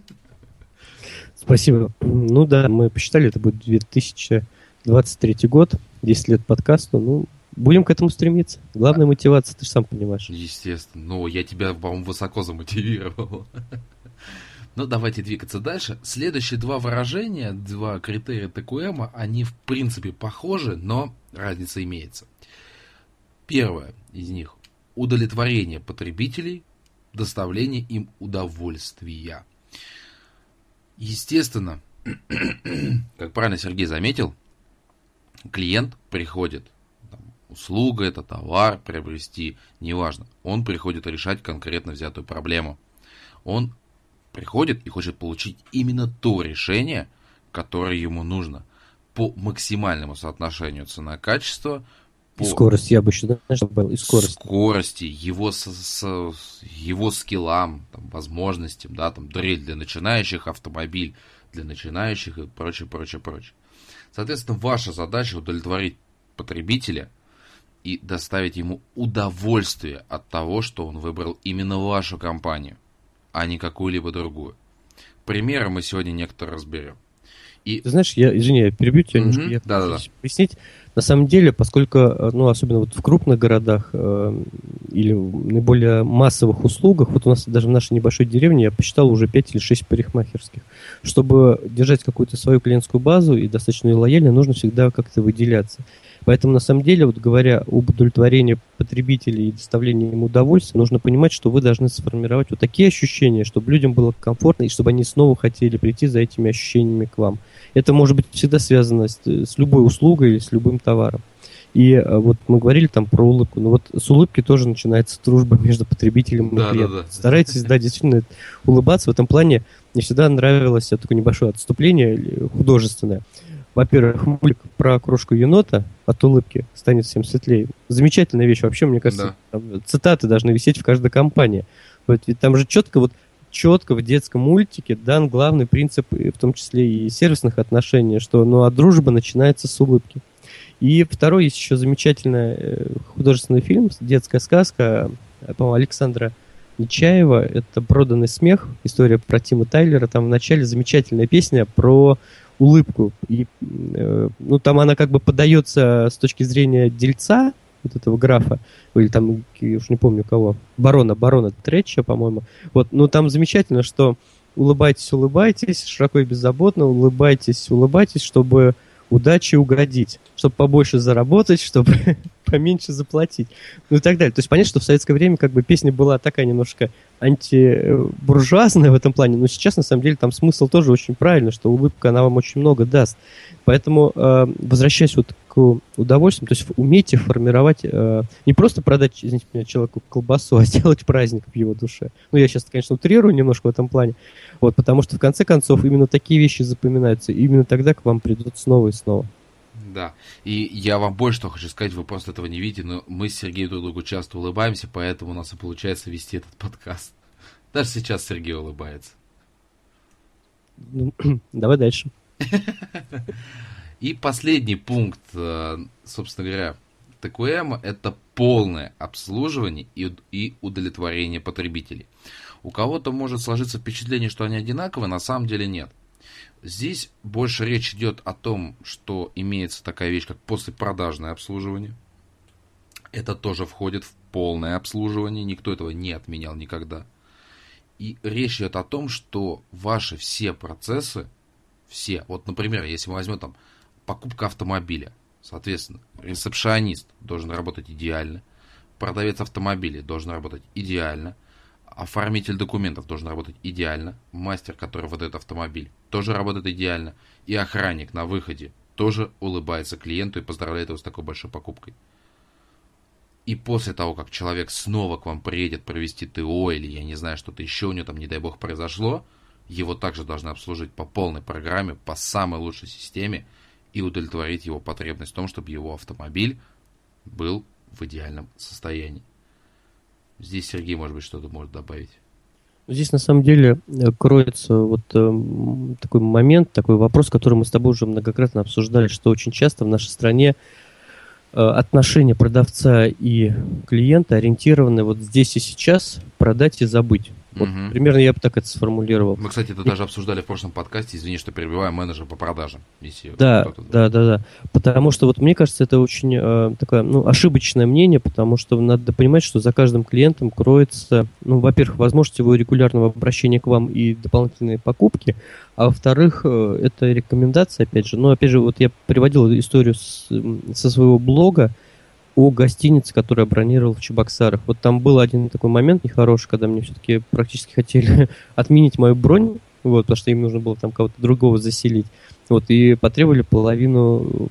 Спасибо. Ну да, мы посчитали, это будет 2023 год, 10 лет подкасту. Ну, будем к этому стремиться. Главная мотивация, ты же сам понимаешь. Естественно. Ну, я тебя, по-моему, высоко замотивировал. Ну, давайте двигаться дальше. Следующие два выражения, два критерия ТКМ, они в принципе похожи, но разница имеется. Первое из них – удовлетворение потребителей, доставление им удовольствия. Естественно, как правильно Сергей заметил, клиент приходит, услуга это, товар приобрести, неважно, он приходит решать конкретно взятую проблему. Он приходит и хочет получить именно то решение, которое ему нужно, по максимальному соотношению цена-качество, И скорость, я бы еще добавил, и скорость. Скорости, его скиллам, там, возможностям, да, там, дрель для начинающих, автомобиль для начинающих и прочее. Соответственно, ваша задача удовлетворить потребителя и доставить ему удовольствие от того, что он выбрал именно вашу компанию, а не какую-либо другую. Примеры мы сегодня некоторые разберем. И... Ты знаешь, я перебью тебя немножко, я хочу пояснить. На самом деле, поскольку, ну, особенно вот в крупных городах или в наиболее массовых услугах, вот у нас даже в нашей небольшой деревне я посчитал уже 5 или 6 парикмахерских. Чтобы держать какую-то свою клиентскую базу и достаточно лояльно, нужно всегда как-то выделяться. Поэтому, на самом деле, вот говоря об удовлетворении потребителей и доставлении им удовольствия, нужно понимать, что вы должны сформировать вот такие ощущения, чтобы людям было комфортно и чтобы они снова хотели прийти за этими ощущениями к вам. Это может быть всегда связано с любой услугой или с любым товаром. И вот мы говорили там про улыбку. Ну вот с улыбки тоже начинается дружба между потребителем и клиентом. Старайтесь, да, действительно улыбаться. В этом плане мне всегда нравилось такое небольшое отступление художественное. Во-первых, мультик про крошку енота от улыбки станет всем светлее. Замечательная вещь. Вообще, мне кажется, там цитаты должны висеть в каждой компании. Вот, ведь там же четко в детском мультике дан главный принцип, в том числе и сервисных отношений, что дружба начинается с улыбки. И второй есть еще замечательный художественный фильм, детская сказка, по-моему, Александра Нечаева. Это «Проданный смех», история про Тима Тайлера. Там в начале замечательная песня про улыбку. И, там она как бы подается с точки зрения дельца, вот этого графа, или там, я уж не помню кого, барона Третча, по-моему. Вот, там замечательно, что улыбайтесь, широко и беззаботно, улыбайтесь, чтобы удачи угодить, чтобы побольше заработать, чтобы поменьше заплатить, и так далее. То есть понятно, что в советское время как бы песня была такая немножко антибуржуазная в этом плане, но сейчас на самом деле там смысл тоже очень правильный, что улыбка, она вам очень много даст. Поэтому, возвращаясь вот к удовольствию, то есть умейте формировать, не просто продать, извините меня, человеку колбасу, а сделать праздник в его душе. Я сейчас, конечно, утрирую немножко в этом плане, потому что в конце концов именно такие вещи запоминаются, и именно тогда к вам придут снова и снова. Да, и я вам больше что хочу сказать, вы просто этого не видите, но мы с Сергеем друг другу часто улыбаемся, поэтому у нас и получается вести этот подкаст. Даже сейчас Сергей улыбается. Давай дальше. И последний пункт, собственно говоря, ТКМ – это полное обслуживание и удовлетворение потребителей. У кого-то может сложиться впечатление, что они одинаковые, на самом деле нет. Здесь больше речь идет о том, что имеется такая вещь, как послепродажное обслуживание. Это тоже входит в полное обслуживание, никто этого не отменял никогда. И речь идет о том, что ваши все процессы, вот, например, если мы возьмем там покупка автомобиля, соответственно, ресепшионист должен работать идеально, продавец автомобилей должен работать идеально, оформитель документов должен работать идеально, мастер, который выдает автомобиль, тоже работает идеально, и охранник на выходе тоже улыбается клиенту и поздравляет его с такой большой покупкой. И после того, как человек снова к вам приедет провести ТО или, я не знаю, что-то еще у него там, не дай бог, произошло, его также должны обслужить по полной программе, по самой лучшей системе и удовлетворить его потребность в том, чтобы его автомобиль был в идеальном состоянии. Здесь Сергей, может быть, что-то может добавить. Здесь на самом деле кроется такой момент, такой вопрос, который мы с тобой уже многократно обсуждали, что очень часто в нашей стране отношения продавца и клиента ориентированы вот здесь и сейчас продать и забыть. Вот, примерно я бы так это сформулировал. Мы, кстати, это даже обсуждали в прошлом подкасте, извини, что перебиваю, менеджер по продажам. Да. Потому что вот мне кажется, это очень такое ошибочное мнение, потому что надо понимать, что за каждым клиентом кроется, во-первых, возможность его регулярного обращения к вам и дополнительные покупки, а во-вторых, это рекомендация, опять же. Опять же, вот я приводил историю со своего блога о гостинице, которую я бронировал в Чебоксарах. Вот там был один такой момент нехороший, когда мне все-таки практически хотели отменить мою бронь, потому что им нужно было там кого-то другого заселить. И потребовали половину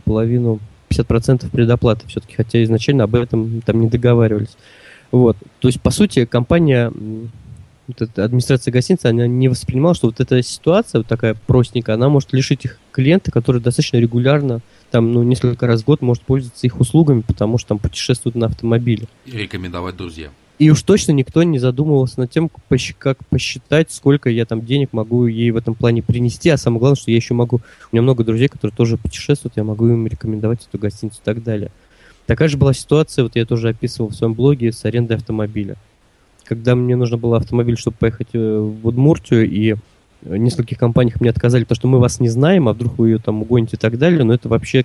50% предоплаты все-таки, хотя изначально об этом там не договаривались. То есть, по сути, компания, администрация гостиницы, она не воспринимала, что вот эта ситуация, вот такая простенькая, она может лишить их клиента, который достаточно регулярно, несколько раз в год может пользоваться их услугами, потому что там путешествуют на автомобиле. И рекомендовать друзьям. И уж точно никто не задумывался над тем, как посчитать, сколько я там денег могу ей в этом плане принести, а самое главное, что я еще могу, у меня много друзей, которые тоже путешествуют, я могу им рекомендовать эту гостиницу и так далее. Такая же была ситуация, я тоже описывал в своем блоге, с арендой автомобиля. Когда мне нужно было автомобиль, чтобы поехать в Удмуртию, и в нескольких компаниях мне отказали, потому что мы вас не знаем, а вдруг вы ее там угоните и так далее, но это вообще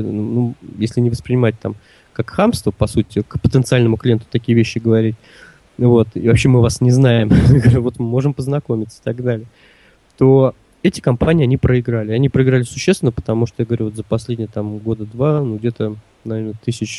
если не воспринимать там как хамство, по сути, к потенциальному клиенту такие вещи говорить, и вообще мы вас не знаем, мы можем познакомиться и так далее, то эти компании, они проиграли. Они проиграли существенно, потому что, я говорю, за последние года два, где-то, наверное,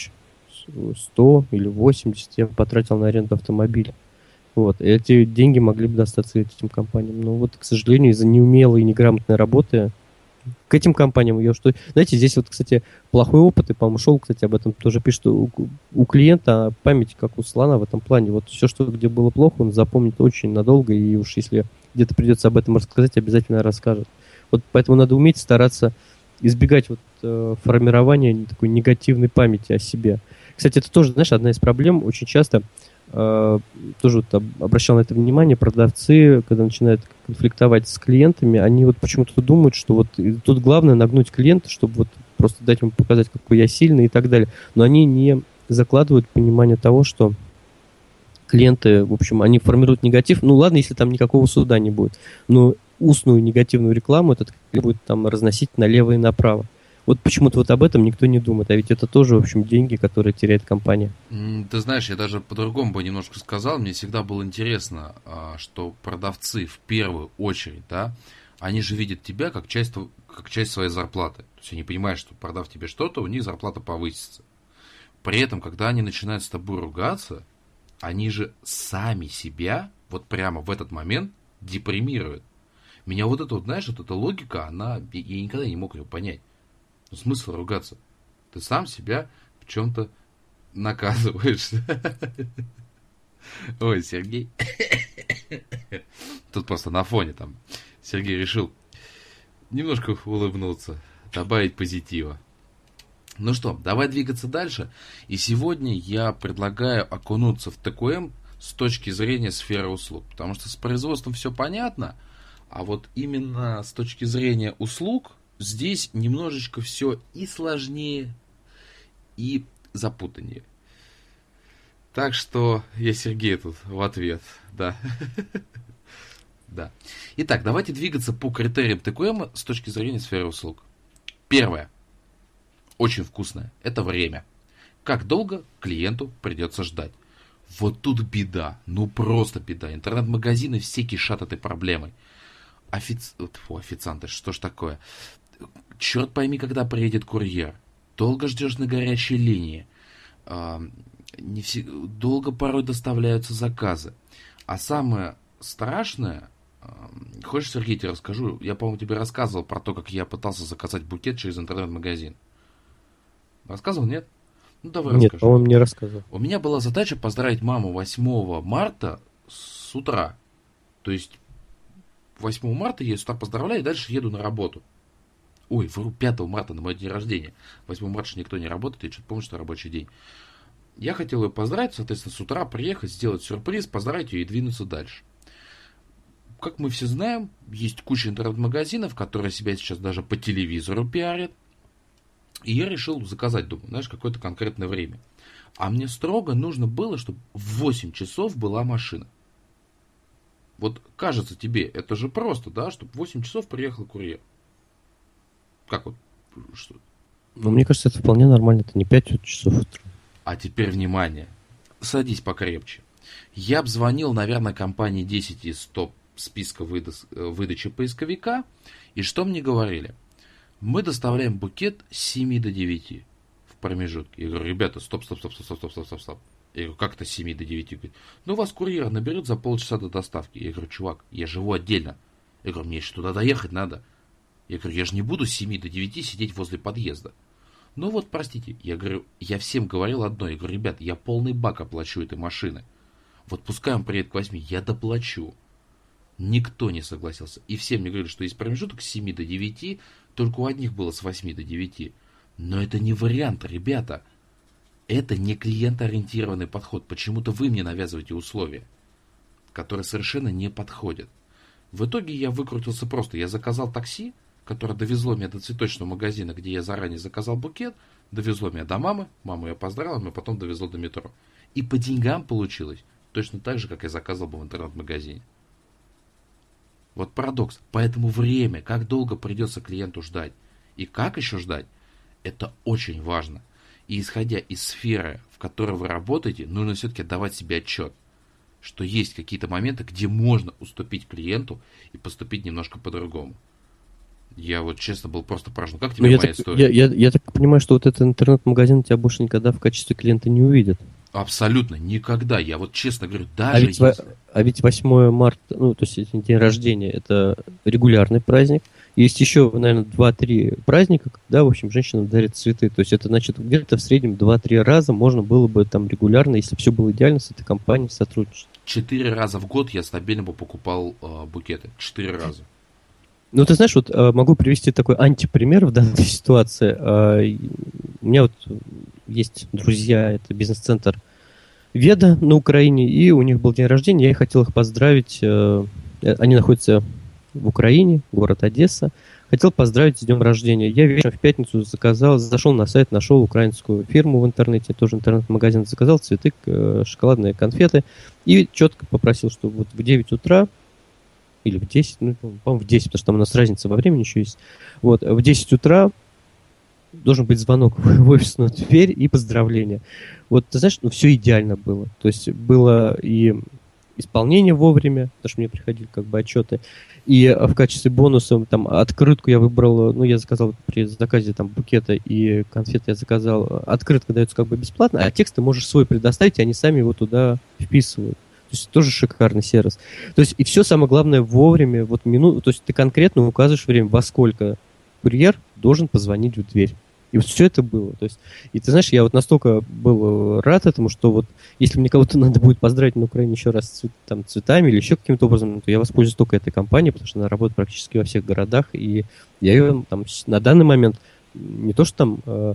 1100 или 80 я потратил на аренду автомобиля. Эти деньги могли бы достаться этим компаниям. Но к сожалению, из-за неумелой и неграмотной работы к этим компаниям ее, что... Знаете, здесь вот, кстати, плохой опыт, и, по-моему, Шоу, кстати, об этом тоже пишет, что у клиента память как у слона в этом плане. Вот все, что где было плохо, он запомнит очень надолго, и уж если где-то придется об этом рассказать, обязательно расскажет. Вот поэтому надо уметь стараться избегать вот формирования такой негативной памяти о себе. Кстати, это тоже, знаешь, одна из проблем. Очень часто тоже вот обращал на это внимание, продавцы, когда начинают конфликтовать с клиентами, они вот почему-то думают, что вот тут главное нагнуть клиента, чтобы вот просто дать ему показать, какой я сильный и так далее. Но они не закладывают понимание того, что клиенты, в общем, они формируют негатив. Ну ладно, если там никакого суда не будет, но устную негативную рекламу этот будет там разносить налево и направо. Вот почему-то вот об этом никто не думает, а ведь это тоже, в общем, деньги, которые теряет компания. Ты знаешь, я даже по-другому бы немножко сказал, мне всегда было интересно, что продавцы в первую очередь, да, они же видят тебя как часть своей зарплаты. То есть они понимают, что продав тебе что-то, у них зарплата повысится. При этом, когда они начинают с тобой ругаться, они же сами себя вот прямо в этот момент депримируют. Меня вот эта вот, знаешь, вот эта логика, я никогда не мог ее понять. Ну, смысл ругаться? Ты сам себя в чем-то наказываешь. Ой, Сергей. Тут просто на фоне там Сергей решил немножко улыбнуться, добавить позитива. Ну что, давай двигаться дальше. И сегодня я предлагаю окунуться в ТКМ с точки зрения сферы услуг. Потому что с производством все понятно, а вот именно с точки зрения услуг здесь немножечко все и сложнее, и запутаннее. Так что я Сергей тут в ответ, да. Да. Итак, давайте двигаться по критериям ТКМ с точки зрения сферы услуг. Первое. Очень вкусное. Это время. Как долго клиенту придется ждать? Вот тут беда. Ну просто беда. Интернет-магазины все кишат этой проблемой. Официанты, что ж такое? Черт пойми, когда приедет курьер. Долго ждешь на горячей линии. Долго порой доставляются заказы. А самое страшное... Хочешь, Сергей, тебе расскажу? Я, по-моему, тебе рассказывал про то, как я пытался заказать букет через интернет-магазин. Рассказывал, нет? Ну, давай расскажу. Нет, по-моему, не рассказывал. У меня была задача поздравить маму 8 марта с утра. То есть 8 марта я с утра поздравляю, и дальше еду на работу. Ой, вру, 5 марта на мой день рождения. 8 марта же никто не работает, я что-то помню, что рабочий день. Я хотел ее поздравить, соответственно, с утра приехать, сделать сюрприз, поздравить ее и двинуться дальше. Как мы все знаем, есть куча интернет-магазинов, которые себя сейчас даже по телевизору пиарят. И я решил заказать, думаю, знаешь, какое-то конкретное время. А мне строго нужно было, чтобы в 8 часов была машина. Вот кажется тебе, это же просто, да, чтобы в 8 часов приехал курьер. Как вот? Что? Ну, мне кажется, это вполне нормально, это не 5 часов утра. А теперь внимание. Садись покрепче. Я обзвонил, наверное, компании 10 из топ списка выдачи поисковика. И что мне говорили? Мы доставляем букет с 7 до 9 в промежутке. Я говорю, ребята, стоп. Я говорю, как это с 7 до 9? Говорит, ну, вас курьер наберет за полчаса до доставки. Я говорю, чувак, я живу отдельно. Я говорю, мне еще туда доехать надо. Я говорю, я же не буду с 7 до 9 сидеть возле подъезда. Ну вот, простите, я говорю, я всем говорил одно. Я говорю, ребят, я полный бак оплачу этой машины. Вот пускай он приедет к 8, я доплачу. Никто не согласился. И все мне говорили, что есть промежуток с 7 до 9, только у одних было с 8 до 9. Но это не вариант, ребята. Это не клиентоориентированный подход. Почему-то вы мне навязываете условия, которые совершенно не подходят. В итоге я выкрутился просто. Я заказал такси, которое довезло меня до цветочного магазина, где я заранее заказал букет, довезло меня до мамы, маму я поздравил, но потом довезло до метро. И по деньгам получилось точно так же, как я заказывал бы в интернет-магазине. Вот парадокс. Поэтому время, как долго придется клиенту ждать и как еще ждать, это очень важно. И исходя из сферы, в которой вы работаете, нужно все-таки отдавать себе отчет, что есть какие-то моменты, где можно уступить клиенту и поступить немножко по-другому. Я вот честно был просто поражен. Как тебе моя история? Я так понимаю, что вот этот интернет-магазин тебя больше никогда в качестве клиента не увидит. Абсолютно никогда. Я вот честно говорю, даже А ведь 8 марта, ну, то есть день рождения, это регулярный праздник. Есть еще, наверное, 2-3 праздника, когда, в общем, женщинам дарят цветы. То есть это, значит, где-то в среднем 2-3 раза можно было бы там регулярно, если все было идеально, с этой компанией сотрудничать. 4 раза в год я стабильно бы покупал букеты. 4 раза. Ну, ты знаешь, вот могу привести такой антипример в данной ситуации. У меня вот есть друзья, это бизнес-центр Веда на Украине, и у них был день рождения, я хотел их поздравить. Они находятся в Украине, город Одесса. Хотел поздравить с днем рождения. Я вечером в пятницу зашел на сайт, нашел украинскую фирму в интернете, тоже интернет-магазин, заказал цветы, шоколадные конфеты, и четко попросил, что вот в 9 утра или в 10, ну, по-моему, в 10, потому что там у нас разница во времени еще есть. Вот, в 10 утра должен быть звонок в офисную дверь и поздравление. Вот, ты знаешь, ну, все идеально было. То есть было и исполнение вовремя, потому что мне приходили как бы отчеты, и в качестве бонуса там открытку я выбрал, ну, я заказал при заказе там букета и конфет я заказал, открытка дается как бы бесплатно, а текст ты можешь свой предоставить, и они сами его туда вписывают. То есть тоже шикарный сервис. То есть и все самое главное вовремя, вот минуту, то есть ты конкретно указываешь время, во сколько курьер должен позвонить в дверь. И вот все это было. То есть, и ты знаешь, я вот настолько был рад этому, что вот если мне кого-то надо будет поздравить на Украине еще раз там, цветами или еще каким-то образом, то я воспользуюсь только этой компанией, потому что она работает практически во всех городах, и я ее там на данный момент не то, что там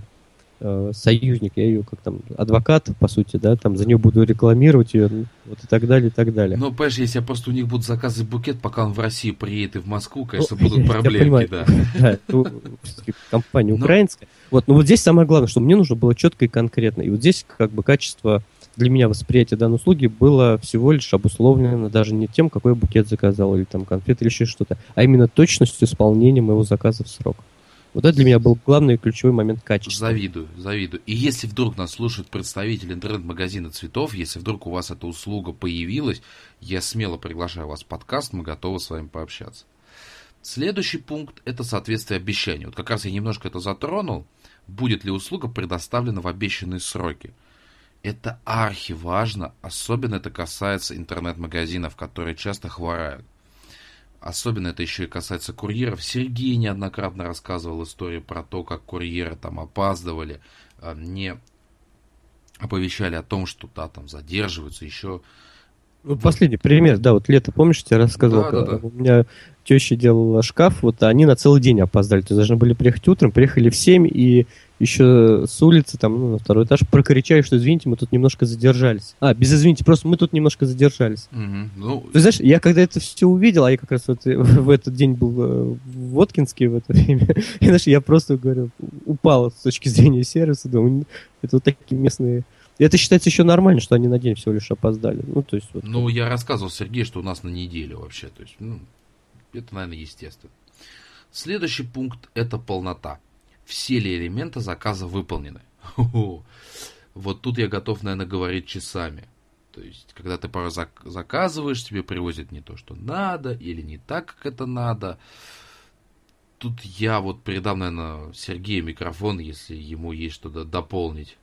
союзник, я ее как там адвокат, по сути, да, там за нее буду рекламировать ее, вот и так далее, и так далее. Ну, понимаешь, если просто у них будут заказывать букет, пока он в Россию приедет и в Москву, конечно, будут проблемки, да. Да, это все-таки компания украинская. Вот, но вот здесь самое главное, что мне нужно было четко и конкретно. И вот здесь как бы качество для меня восприятия данной услуги было всего лишь обусловлено даже не тем, какой букет заказал, или там конфет, или еще что-то, а именно точностью исполнения моего заказа в срок. Вот это для меня был главный и ключевой момент качества. Завидую. И если вдруг нас слушает представитель интернет-магазина цветов, если вдруг у вас эта услуга появилась, я смело приглашаю вас в подкаст, мы готовы с вами пообщаться. Следующий пункт – это соответствие обещанию. Вот как раз я немножко это затронул. Будет ли услуга предоставлена в обещанные сроки? Это архиважно, особенно это касается интернет-магазинов, которые часто хворают. Особенно это еще и касается курьеров. Сергей неоднократно рассказывал историю про то, как курьеры там опаздывали, не оповещали о том, что да, там задерживаются еще. Вот последний пример, да, вот лето, помнишь, я рассказывал, Да. У меня теща делала шкаф, вот они на целый день опоздали, то есть должны были приехать утром, приехали в 7, и еще с улицы, там, ну, на второй этаж, прокричали, что извините, мы тут немножко задержались. Без извините, просто мы тут немножко задержались. Ну, ты знаешь, я когда это все увидел, а я как раз вот в этот день был в Воткинске в это время, и, знаешь, я просто, говорю, упал с точки зрения сервиса, думаю, это вот такие местные... И это считается еще нормально, что они на день всего лишь опоздали. Ну, то есть, вот. Ну, я рассказывал Сергею, что у нас на неделю вообще. То есть, это, наверное, естественно. Следующий пункт – это полнота. Все ли элементы заказа выполнены? Вот тут я готов, наверное, говорить часами. То есть, когда ты порой заказываешь, тебе привозят не то, что надо, или не так, как это надо. Тут я вот передам, наверное, Сергею микрофон, если ему есть что-то дополнить.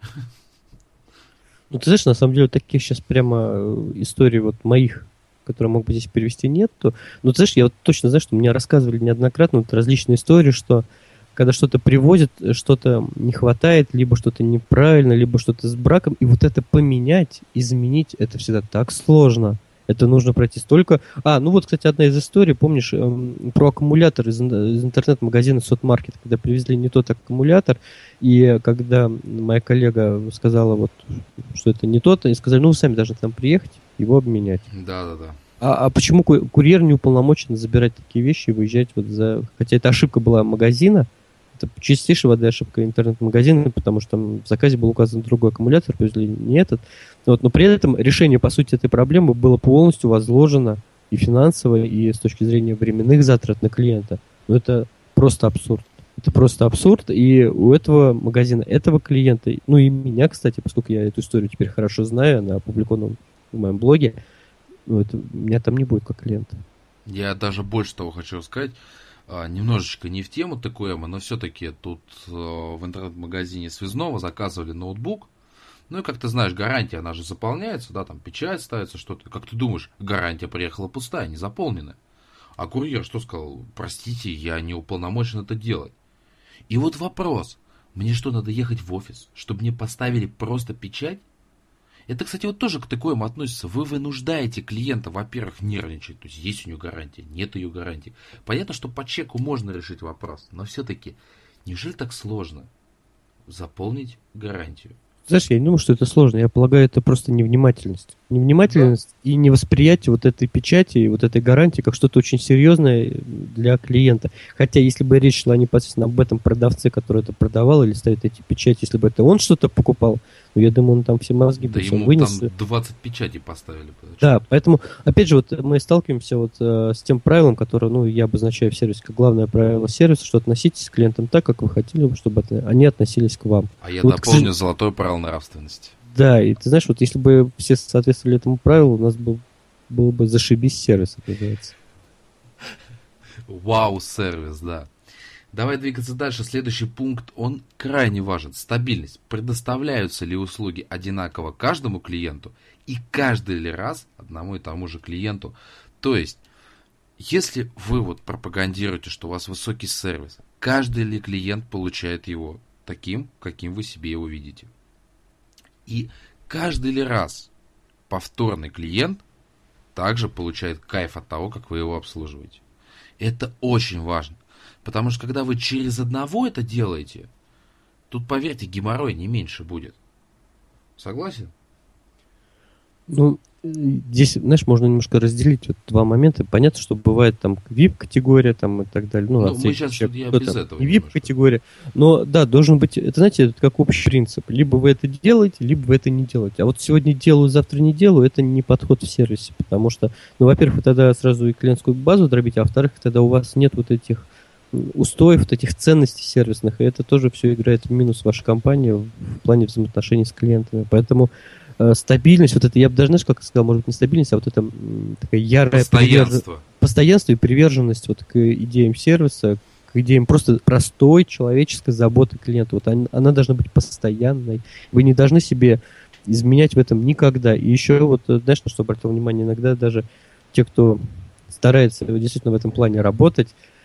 Ну, ты знаешь, на самом деле, таких сейчас прямо историй вот моих, которые мог бы здесь перевести, нету. Но ты знаешь, я вот точно знаю, что мне рассказывали неоднократно вот различные истории, что когда что-то привозят, что-то не хватает, либо что-то неправильно, либо что-то с браком, и вот это поменять, изменить, это всегда так сложно. Это нужно пройти столько... ну вот, кстати, одна из историй, помнишь, про аккумулятор из интернет-магазина Сотмаркет, когда привезли не тот аккумулятор, и когда моя коллега сказала, вот, что это не тот, они сказали, вы сами должны к нам приехать, его обменять. Да. А почему курьер не уполномочен забирать такие вещи и выезжать вот за... Хотя это ошибка была магазина, это чистейшая вода ошибка интернет-магазина, потому что там в заказе был указан другой аккумулятор, привезли не этот. Вот, но при этом решение, по сути, этой проблемы было полностью возложено и финансово, и с точки зрения временных затрат на клиента. Но это просто абсурд. Это просто абсурд, и у этого магазина, этого клиента, ну и меня, кстати, поскольку я эту историю теперь хорошо знаю, она опубликована в моем блоге, меня там не будет как клиента. Я даже больше того хочу сказать. Немножечко не в тему ТКМ, но все-таки тут в интернет-магазине Связного заказывали ноутбук. Ну и как ты знаешь, гарантия, она же заполняется, да, там печать ставится, что-то. Как ты думаешь, гарантия приехала пустая, не заполненная. А курьер что сказал? Простите, я не уполномочен это делать. И вот вопрос. Мне что, надо ехать в офис, чтобы мне поставили просто печать? Это, кстати, вот тоже к такому относится. Вы вынуждаете клиента, во-первых, нервничать. То есть есть у него гарантия, нет ее гарантии. Понятно, что по чеку можно решить вопрос. Но все-таки, неужели так сложно заполнить гарантию? Знаешь, я не думаю, что это сложно. Я полагаю, это просто невнимательность. Невнимательность и невосприятие вот этой печати и вот этой гарантии как что-то очень серьезное для клиента. Хотя, если бы речь шла непосредственно об этом продавце, который это продавал или ставит эти печати, если бы это он что-то покупал, ну, я думаю, он там все мозги бы все вынес. Там 20 печатей поставили. Да, поэтому, опять же, вот мы сталкиваемся вот с тем правилом, которое, ну, я обозначаю в сервисе как главное правило сервиса, что относитесь к клиентам так, как вы хотели бы, чтобы они относились к вам. А я вот, дополню золотое правило нравственности. Да, и ты знаешь, вот если бы все соответствовали этому правилу, у нас был бы зашибись сервис, называется. Вау-сервис, да. Давай двигаться дальше. Следующий пункт, он крайне важен. Стабильность. Предоставляются ли услуги одинаково каждому клиенту и каждый ли раз одному и тому же клиенту? То есть, если вы вот пропагандируете, что у вас высокий сервис, каждый ли клиент получает его таким, каким вы себе его видите? И каждый ли раз повторный клиент также получает кайф от того, как вы его обслуживаете? Это очень важно. Потому что когда вы через одного это делаете, тут, поверьте, геморрой не меньше будет. Согласен? Ну, здесь, знаешь, можно немножко разделить вот два момента. Понятно, что бывает там VIP-категория там и так далее. Ну, мы сейчас я без этого. VIP-категория. Но да, должен быть, это, знаете, это как общий принцип. Либо вы это делаете, либо вы это не делаете. А вот сегодня делаю, завтра не делаю, это не подход в сервисе. Потому что, ну, во-первых, вы тогда сразу и клиентскую базу дробите, а во-вторых, тогда у вас нет вот этих устоев, вот этих ценностей сервисных, и это тоже все играет в минус вашей компании в плане взаимоотношений с клиентами. Поэтому стабильность, вот это, я бы даже, знаешь, как сказал, может быть, не стабильность, а вот это такая ярая постоянство и приверженность вот к идеям сервиса, к идеям просто простой человеческой заботы клиента. Вот она должна быть постоянной. Вы не должны себе изменять в этом никогда. И еще вот, знаешь, на что обратил внимание, иногда даже те, кто старается действительно в этом плане работать,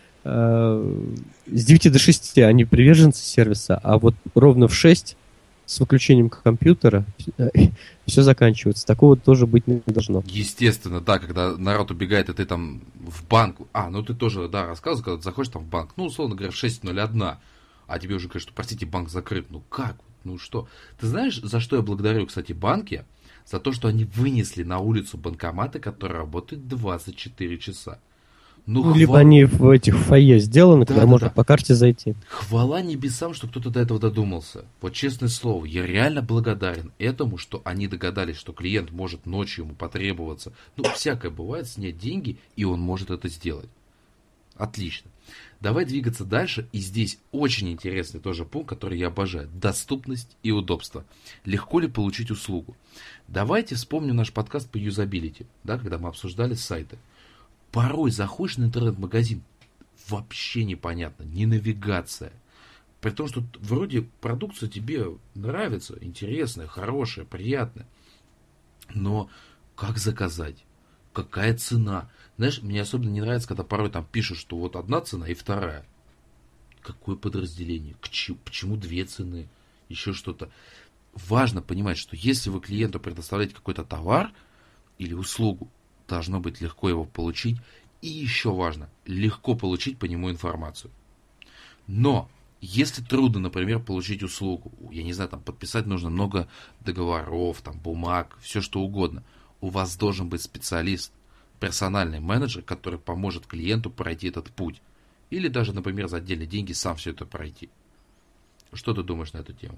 с 9 до 6 они приверженцы сервиса, а вот ровно в 6 с выключением компьютера все заканчивается. Такого тоже быть не должно. Естественно, да, когда народ убегает, и ты там в банк... ну ты тоже, да, рассказывал, когда ты заходишь там в банк, ну, условно говоря, в 6:01, а тебе уже говорят, что, простите, банк закрыт. Ну как? Ну что? Ты знаешь, за что я благодарю, кстати, банки? За то, что они вынесли на улицу банкоматы, которые работают 24 часа. Либо они в этих фойе сделаны, куда можно по карте зайти. Хвала небесам, что кто-то до этого додумался. Вот честное слово, я реально благодарен этому, что они догадались, что клиент может ночью ему потребоваться. Ну, всякое бывает, снять деньги, и он может это сделать. Отлично. Давай двигаться дальше. И здесь очень интересный тоже пункт, который я обожаю. Доступность и удобство. Легко ли получить услугу? Давайте вспомним наш подкаст по юзабилити, да, когда мы обсуждали сайты. Порой заходишь на интернет-магазин, вообще непонятно, не навигация. При том, что вроде продукция тебе нравится, интересная, хорошая, приятная. Но как заказать? Какая цена? Знаешь, мне особенно не нравится, когда порой там пишут, что вот одна цена и вторая. Какое подразделение? Почему две цены? Еще что-то. Важно понимать, что если вы клиенту предоставляете какой-то товар или услугу, должно быть легко его получить. И еще важно, легко получить по нему информацию. Но, если трудно, например, получить услугу, я не знаю, там подписать нужно много договоров, там бумаг, все что угодно, у вас должен быть специалист, персональный менеджер, который поможет клиенту пройти этот путь. Или даже, например, за отдельные деньги сам все это пройти. Что ты думаешь на эту тему?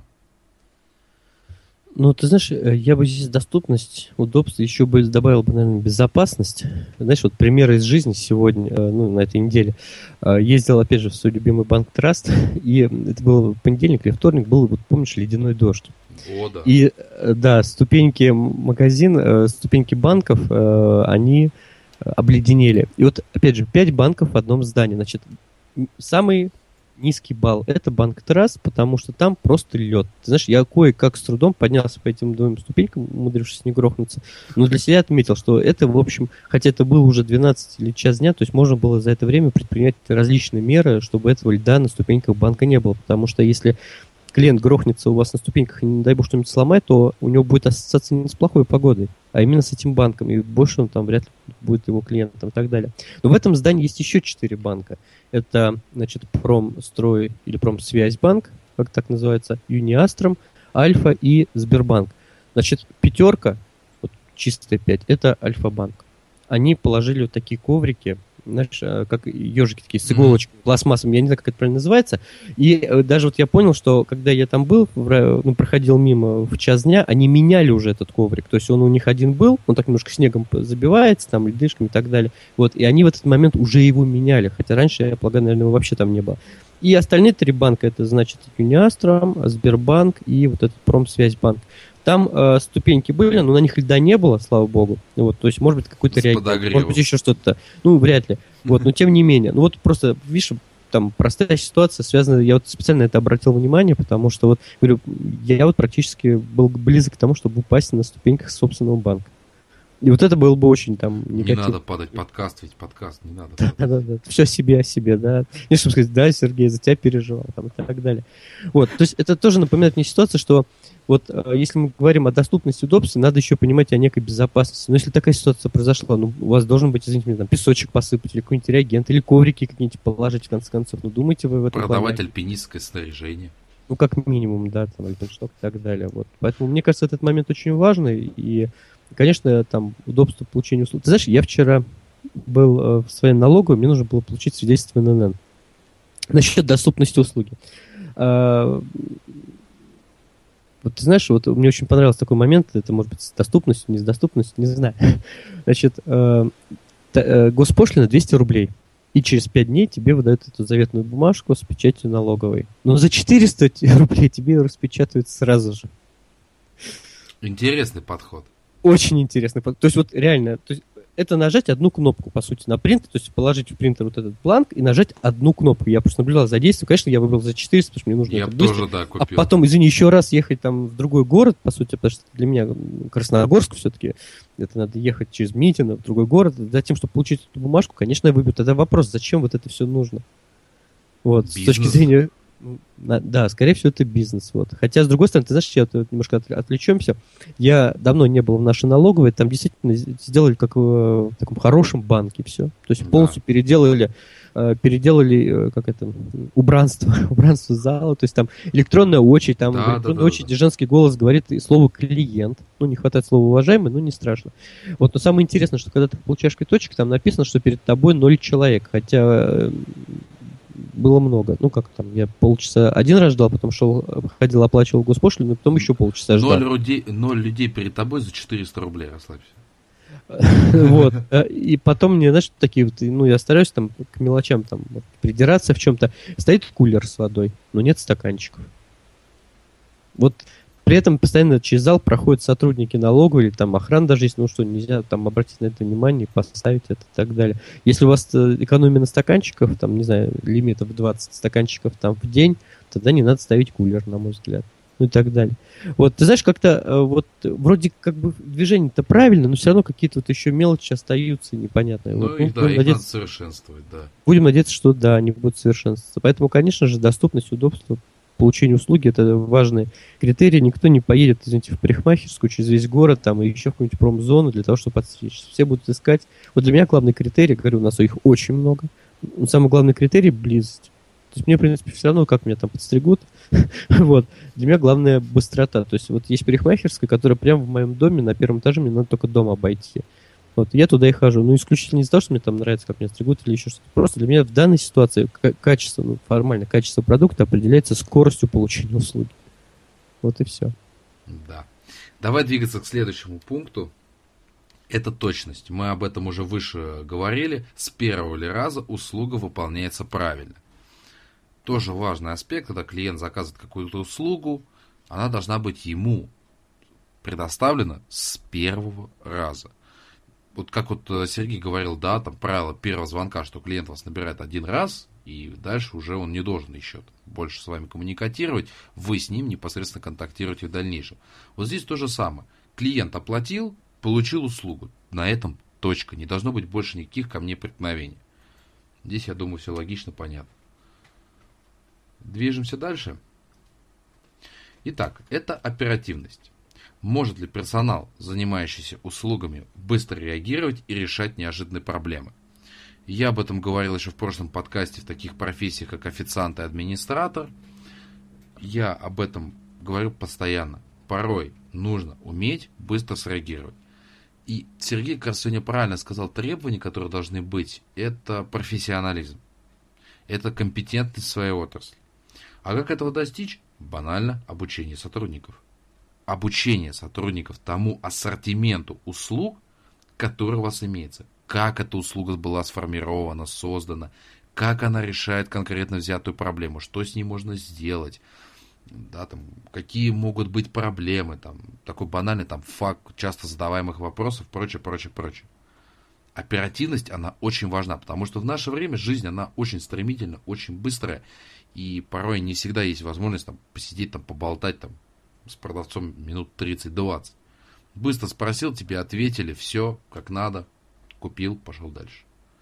Ну, ты знаешь, я бы здесь доступность, удобство, еще бы добавил бы, наверное, безопасность. Знаешь, вот примеры из жизни сегодня, ну, на этой неделе. Ездил, опять же, в свой любимый банк Траст, и это был понедельник или вторник, был, вот помнишь, ледяной дождь. О, да. И, да, ступеньки ступеньки банков, они обледенели. И вот, опять же, 5 банков в одном здании. Значит, самый низкий балл. Это банк Трас, потому что там просто лед. Ты знаешь, я кое-как с трудом поднялся по этим 2 ступенькам, умудрившись не грохнуться. Но для себя отметил, что это, в общем, хотя это было уже 12 или час дня, то есть можно было за это время предпринять различные меры, чтобы этого льда на ступеньках банка не было. Потому что если клиент грохнется у вас на ступеньках и, не дай бог, что-нибудь сломает, то у него будет ассоциация не с плохой погодой, а именно с этим банком. И больше он там вряд ли будет его клиентом и так далее. Но в этом здании есть еще 4 банка. Это, значит, Промстрой или Промсвязьбанк, как так называется, Юниастром, Альфа и Сбербанк. Значит, 5, вот чистая 5, это Альфа-банк. Они положили вот такие коврики, знаешь, как ежики такие с иголочкой, пластмассом, я не знаю, как это правильно называется. И даже вот я понял, что когда я там был, проходил мимо в час дня, они меняли уже этот коврик. То есть он у них один был, он так немножко снегом забивается, там, льдышками и так далее. Вот, и они в этот момент уже его меняли, хотя раньше, я полагаю, наверное, его вообще там не было. И остальные 3 банка, это, значит, Юниастром, Сбербанк и вот этот Промсвязьбанк. Там ступеньки были, но на них льда не было, слава богу. Вот, то есть, может быть, какой-то реагент, может быть, еще что-то. Ну, вряд ли. Вот, но тем не менее. Ну, вот просто, видишь, там простая ситуация связана, я вот специально это обратил внимание, потому что вот, говорю, я вот практически был близок к тому, чтобы упасть на ступеньках собственного банка. И вот это было бы очень там негативно. Не надо падать, ведь подкаст, не надо падать. Да. Все о себе, да. И чтобы сказать, да, Сергей, за тебя переживал, там, и так далее. Вот, то есть это тоже напоминает мне ситуацию, что вот если мы говорим о доступности и удобстве, надо еще понимать о некой безопасности. Но если такая ситуация произошла, ну, у вас должен быть, извините меня, там, песочек посыпать, или какой-нибудь реагент, или коврики какие-нибудь положить, в конце концов. Ну, думайте вы в этом продавать альпинистское снаряжение. Ну, как минимум, да, там, альпиншток и так далее. Вот. Поэтому, мне кажется, этот момент очень важный. И, конечно, там, удобство получения услуг. Ты знаешь, я вчера был в своей налоговой, мне нужно было получить свидетельство ННН. Насчет доступности услуги. Вот ты знаешь, вот мне очень понравился такой момент, это может быть с доступностью, не с доступностью, не знаю. Значит, госпошлина 200 рублей. И через 5 дней тебе выдают эту заветную бумажку с печатью налоговой. Но за 400 рублей тебе ее распечатывают сразу же. Интересный подход. Очень интересный подход. То есть вот реально, то есть это нажать одну кнопку, по сути, на принтер, то есть положить в принтер вот этот бланк и нажать одну кнопку. Я просто наблюдал за действием. Конечно, я выбрал за 400, потому что мне нужно я это быстро. Тоже, да, купил. А потом, извини, еще раз ехать там в другой город, по сути, потому что для меня Красногорск все-таки, это надо ехать через Митино в другой город. Затем, чтобы получить эту бумажку, конечно, я выберу. Тогда вопрос, зачем вот это все нужно? Вот, бизнес. С точки зрения... Да, скорее всего, это бизнес. Вот. Хотя, с другой стороны, ты знаешь, немножко отвлечемся. Я давно не был в нашей налоговой, там действительно сделали как в таком хорошем банке все. То есть полностью переделали как это, убранство зала, то есть там электронная очередь, там в электронной очереди женский голос говорит слово клиент. Ну, не хватает слова уважаемый, но не страшно. Вот, но самое интересное, что когда ты получаешь квиточек, там написано, что перед тобой 0 человек, хотя было много. Ну, как там, я полчаса один раз ждал, потом ходил, оплачивал госпошлину, потом еще полчаса ждал. 0 людей перед тобой за 400 рублей, расслабься. Вот. И потом мне, знаешь, такие вот, ну, я стараюсь там к мелочам там придираться в чем-то. Стоит кулер с водой, но нет стаканчиков. Вот при этом постоянно через зал проходят сотрудники налоговой или там охрана даже есть, ну что, нельзя там обратить на это внимание, поставить это и так далее. Если у вас экономия на стаканчиков, там, не знаю, лимитов 20 стаканчиков там в день, тогда не надо ставить кулер, на мой взгляд. Ну и так далее. Вот, ты знаешь, как-то вот вроде как бы движение-то правильно, но все равно какие-то вот еще мелочи остаются непонятные. Ну, вот, их, да, их надо совершенствовать, да. Будем надеяться, что да, они будут совершенствоваться. Поэтому, конечно же, доступность, удобство, получение услуги — это важные критерии. Никто не поедет, извините, в парикмахерскую через весь город там, и еще в какую-нибудь промзону для того, чтобы подстричься. Все будут искать. Вот для меня главный критерий, говорю, у нас их очень много. Но самый главный критерий — близость. То есть мне, в принципе, все равно, как меня там подстригут. Вот. Для меня главная быстрота. То есть вот есть парикмахерская, которая прямо в моем доме, на первом этаже, мне надо только дом обойти. Вот, я туда и хожу. Ну, исключительно не из-за того, что мне там нравится, как меня стригут или еще что-то. Просто для меня в данной ситуации качество, ну, формально качество продукта определяется скоростью получения услуги. Вот и все. Да. Давай двигаться к следующему пункту. Это точность. Мы об этом уже выше говорили. С первого ли раза услуга выполняется правильно. Тоже важный аспект, когда клиент заказывает какую-то услугу, она должна быть ему предоставлена с первого раза. Вот как вот Сергей говорил, да, там правило первого звонка, что клиент вас набирает один раз, И дальше уже он не должен еще больше с вами коммуникатировать, вы с ним непосредственно контактируете в дальнейшем. Вот здесь то же самое. Клиент оплатил, получил услугу. На этом точка. Не должно быть больше никаких ко мне преткновений. Здесь, я думаю, все логично, понятно. Движемся дальше. Итак, это оперативность. Может ли персонал, занимающийся услугами, быстро реагировать и решать неожиданные проблемы? Я об этом говорил еще в прошлом подкасте в таких профессиях, как официант и администратор. Я об этом говорю постоянно. Порой нужно уметь быстро среагировать. И Сергей, кажется, сегодня правильно сказал, требования, которые должны быть, это профессионализм. Это компетентность в своей отрасли. А как этого достичь? Банально обучение сотрудников. Обучение сотрудников тому ассортименту услуг, который у вас имеется. Как эта услуга была сформирована, создана, как она решает конкретно взятую проблему, что с ней можно сделать, да, там, какие могут быть проблемы, там, такой банальный факт часто задаваемых вопросов, прочее. Оперативность, она очень важна, потому что в наше время жизнь, она очень стремительная, очень быстрая, и порой не всегда есть возможность посидеть, поболтать с продавцом минут 30-20. Быстро спросил, тебе ответили, все как надо, купил, пошел дальше.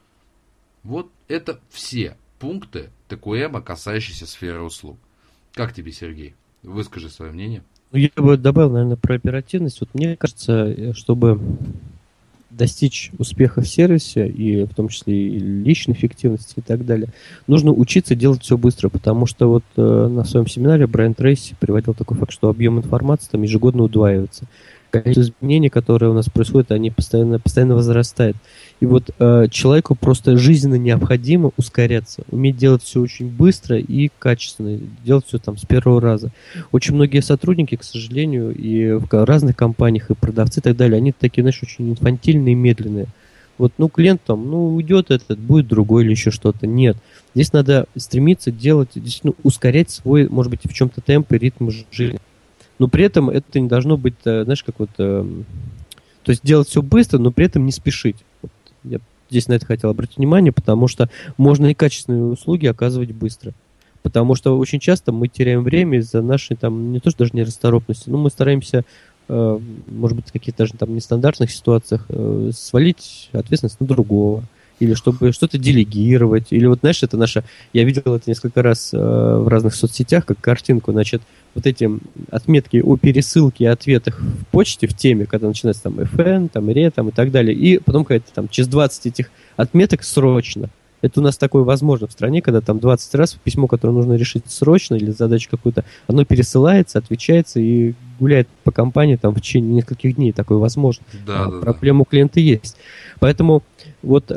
Вот это все пункты ТКМ, касающиеся сферы услуг. Как тебе, Сергей? Выскажи свое мнение. Я бы добавил, наверное, про оперативность. Вот мне кажется, чтобы достичь успеха в сервисе, и в том числе и личной эффективности и так далее, нужно учиться делать все быстро, потому что вот на своем семинаре Брайан Трейси приводил такой факт, что объем информации там ежегодно удваивается. Количество изменений, которые у нас происходят, они постоянно возрастают. И вот человеку просто жизненно необходимо ускоряться, уметь делать все очень быстро и качественно, делать все с первого раза. Очень многие сотрудники, к сожалению, и в разных компаниях, и продавцы и так далее, они такие, знаешь, очень инфантильные и медленные. Вот, клиент уйдет будет другой или еще что-то. Нет. Здесь надо стремиться делать, действительно, ускорять свой, может быть, в чем-то темп и ритм жизни. Но при этом это не должно быть, знаешь, то есть делать все быстро, но при этом не спешить. Вот я здесь на это хотел обратить внимание, потому что можно и качественные услуги оказывать быстро. Потому что очень часто мы теряем время из-за нашей, не то что даже нерасторопности, но мы стараемся, может быть, в каких-то даже нестандартных ситуациях свалить ответственность на другого. Или чтобы что-то делегировать. Или вот, знаешь, это наша... Я видел это несколько раз в разных соцсетях, как картинку, значит, вот эти отметки о пересылке и ответах в почте, в теме, когда начинается FN, РЕ, и так далее. И потом какая-то через 20 этих отметок срочно. Это у нас такое возможно в стране, когда 20 раз письмо, которое нужно решить срочно, или задачу какую-то, оно пересылается, отвечается и гуляет по компании в течение нескольких дней. Такое возможно. Проблема у клиента есть. Поэтому вот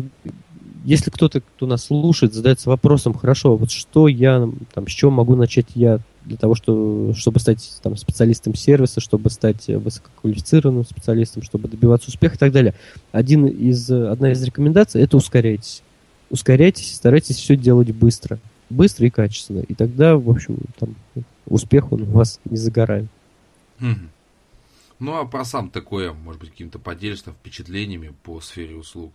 если кто-то, кто нас слушает, задается вопросом, хорошо, вот что я, с чего могу начать я для того, чтобы стать специалистом сервиса, чтобы стать высококвалифицированным специалистом, чтобы добиваться успеха и так далее. Одна из рекомендаций – это ускоряйтесь. Ускоряйтесь и старайтесь все делать быстро. Быстро и качественно. И тогда, в общем, успех он у вас не за горами. Ну, а про сам такое, может быть, каким-то поделишься впечатлениями по сфере услуг?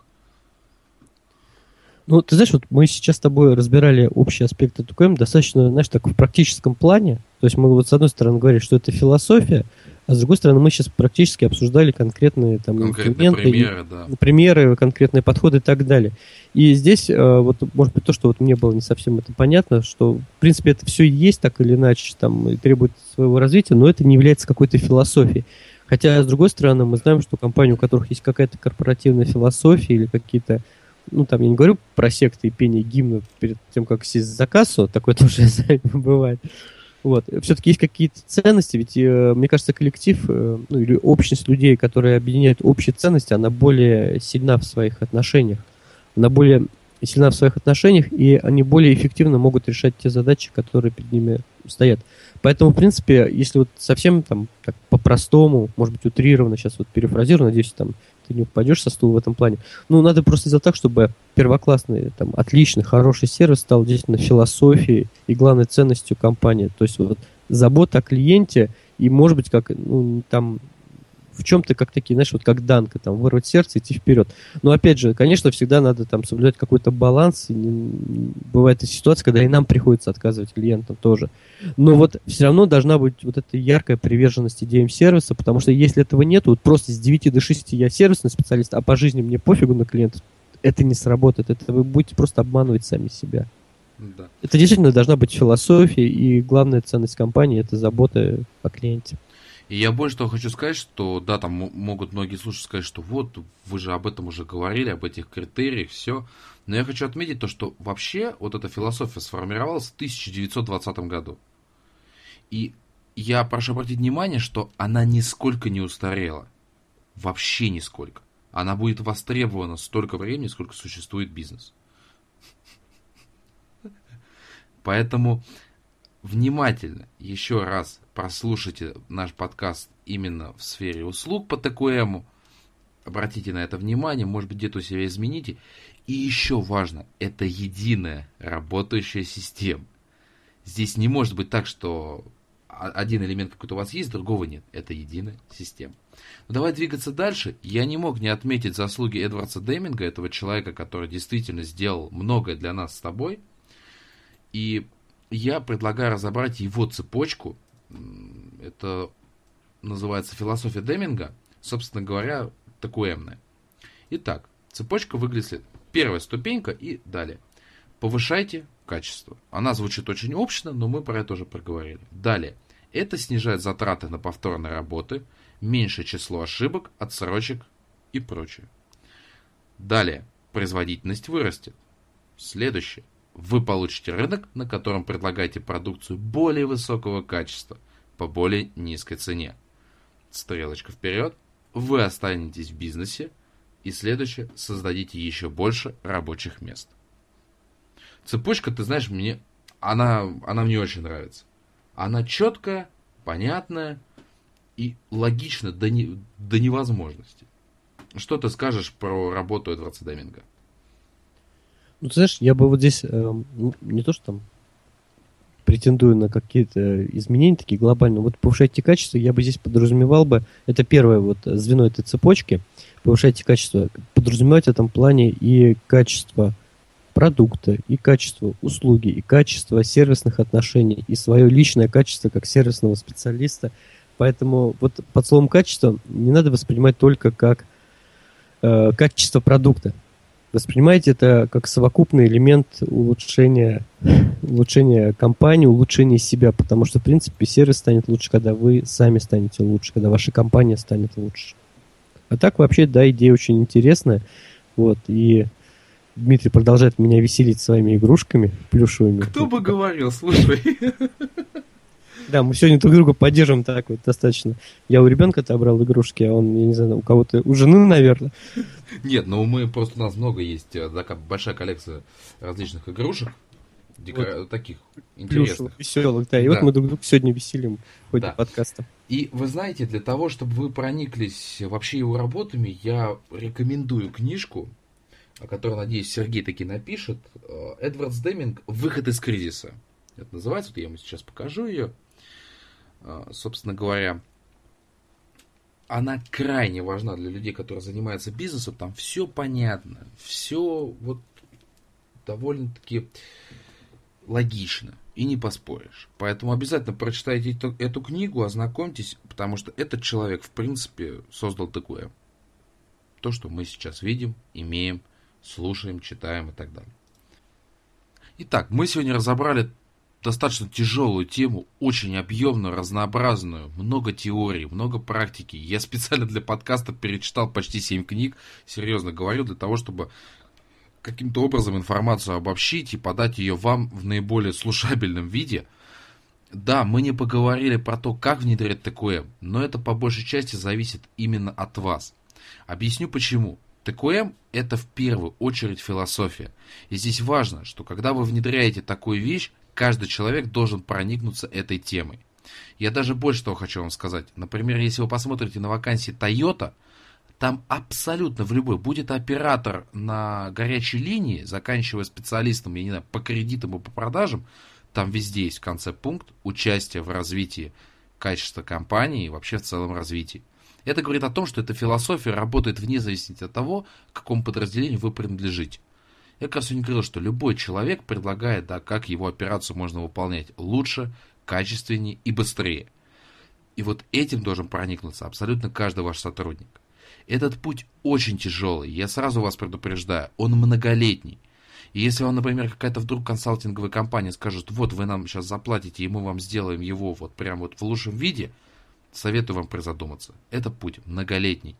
Ты знаешь, вот мы сейчас с тобой разбирали общие аспекты ТКМ достаточно, знаешь, так в практическом плане. То есть мы вот с одной стороны говорили, что это философия, а с другой стороны мы сейчас практически обсуждали конкретные инструменты, примеры, конкретные подходы и так далее. И здесь, вот, может быть, то, что вот мне было не совсем это понятно, что, в принципе, это все есть так или иначе, и требует своего развития, но это не является какой-то философией. Хотя, с другой стороны, мы знаем, что компании, у которых есть какая-то корпоративная философия или какие-то, я не говорю про секты и пение гимна перед тем, как сесть за кассу, такое тоже бывает. Вот. Все-таки есть какие-то ценности, ведь, мне кажется, коллектив, или общность людей, которые объединяют общие ценности, она более сильна в своих отношениях. Она более сильна в своих отношениях, и они более эффективно могут решать те задачи, которые перед ними стоят. Поэтому, в принципе, если вот совсем так по-простому, может быть, утрированно, сейчас вот перефразирую, надеюсь, ты не упадешь со стула в этом плане. Надо просто сделать так, чтобы первоклассный, отличный, хороший сервис стал действительно философией и главной ценностью компании. То есть вот забота о клиенте и, может быть, как, в чем-то как такие, знаешь, вот как Данка, там, вырвать сердце, идти вперед. Но опять же, конечно, всегда надо там соблюдать какой-то баланс. И бывает и ситуация, когда и нам приходится отказывать клиентам тоже. Но вот все равно должна быть вот эта яркая приверженность идеям сервиса, потому что если этого нет, вот просто с 9 до 6 я сервисный специалист, а по жизни мне пофигу на клиентов, это не сработает. Это вы будете просто обманывать сами себя. Да. Это действительно должна быть философия, и главная ценность компании – это забота о клиенте. И я больше того хочу сказать, что да, там могут многие слушатели сказать, что вот, вы же об этом уже говорили, об этих критериях, все. Но я хочу отметить то, что вообще вот эта философия сформировалась в 1920 году. И я прошу обратить внимание, что она нисколько не устарела. Вообще нисколько. Она будет востребована столько времени, сколько существует бизнес. Поэтому внимательно еще раз прослушайте наш подкаст именно в сфере услуг по ТКМу. Обратите на это внимание, может быть, где-то у себя измените. И еще важно, это единая работающая система. Здесь не может быть так, что один элемент какой-то у вас есть, другого нет. Это единая система. Но давай двигаться дальше. Я не мог не отметить заслуги Эдвардса Деминга, этого человека, который действительно сделал многое для нас с тобой. И я предлагаю разобрать его цепочку. Это называется философия Деминга, собственно говоря, ТКМная. Итак, цепочка выглядит. Первая ступенька и далее. Повышайте качество. Она звучит очень общно, но мы про это уже проговорили. Далее. Это снижает затраты на повторные работы, меньшее число ошибок, отсрочек и прочее. Далее. Производительность вырастет. Следующее. Вы получите рынок, на котором предлагаете продукцию более высокого качества по более низкой цене. Стрелочка вперед. Вы останетесь в бизнесе. И следующее. Создадите еще больше рабочих мест. Цепочка, ты знаешь, она мне очень нравится. Она четкая, понятная и логична до невозможности. Что ты скажешь про работу Эдвардса Деминга? Ну, ты знаешь, я бы вот здесь не то, что там претендую на какие-то изменения такие глобальные, вот повышайте качество, я бы здесь подразумевал бы, это первое вот звено этой цепочки, повышайте качество, подразумевать в этом плане и качество продукта, и качество услуги, и качество сервисных отношений, и свое личное качество как сервисного специалиста. Поэтому вот под словом качество не надо воспринимать только как качество продукта. Воспринимайте это как совокупный элемент улучшения компании, улучшения себя, потому что, в принципе, сервис станет лучше, когда вы сами станете лучше, когда ваша компания станет лучше. А так вообще, да, идея очень интересная. Вот, и Дмитрий продолжает меня веселить своими игрушками плюшевыми. Кто бы говорил, слушай. Да, мы сегодня друг друга поддерживаем так вот достаточно. Я у ребенка отобрал игрушки, а он, я не знаю, у кого-то, у жены, наверное. Нет, ну просто у нас много есть, такая большая коллекция различных игрушек, вот. Таких интересных. Веселых, да. И да. Вот мы друг друга сегодня веселим в ходе подкаста. И вы знаете, для того, чтобы вы прониклись вообще его работами, я рекомендую книжку, о которой, надеюсь, Сергей таки напишет. Эдвардс Деминг «Выход из кризиса». Это называется, вот я ему сейчас покажу ее. Собственно говоря, она крайне важна для людей, которые занимаются бизнесом. Там все понятно, все вот довольно-таки логично и не поспоришь. Поэтому обязательно прочитайте эту книгу, ознакомьтесь, потому что этот человек, в принципе, создал такое. То, что мы сейчас видим, имеем, слушаем, читаем и так далее. Итак, мы сегодня разобрали достаточно тяжелую тему, очень объемную, разнообразную, много теорий, много практики. Я специально для подкаста перечитал почти 7 книг, серьезно говорю, для того, чтобы каким-то образом информацию обобщить и подать ее вам в наиболее слушабельном виде. Да, мы не поговорили про то, как внедрять ТКМ, но это по большей части зависит именно от вас. Объясню почему. ТКМ – это в первую очередь философия. И здесь важно, что когда вы внедряете такую вещь, каждый человек должен проникнуться этой темой. Я даже больше того хочу вам сказать. Например, если вы посмотрите на вакансии Toyota, там абсолютно в любой, будет оператор на горячей линии, заканчивая специалистом, я не знаю, по кредитам и по продажам, там везде есть в конце пункт участия в развитии качества компании и вообще в целом развитии. Это говорит о том, что эта философия работает вне зависимости от того, к какому подразделению вы принадлежите. Я как раз сегодня говорил, что любой человек предлагает, да, как его операцию можно выполнять лучше, качественнее и быстрее. И вот этим должен проникнуться абсолютно каждый ваш сотрудник. Этот путь очень тяжелый, я сразу вас предупреждаю, он многолетний. И если вам, например, какая-то вдруг консалтинговая компания скажет, вот вы нам сейчас заплатите, и мы вам сделаем его вот прям вот в лучшем виде, советую вам призадуматься. Это путь многолетний.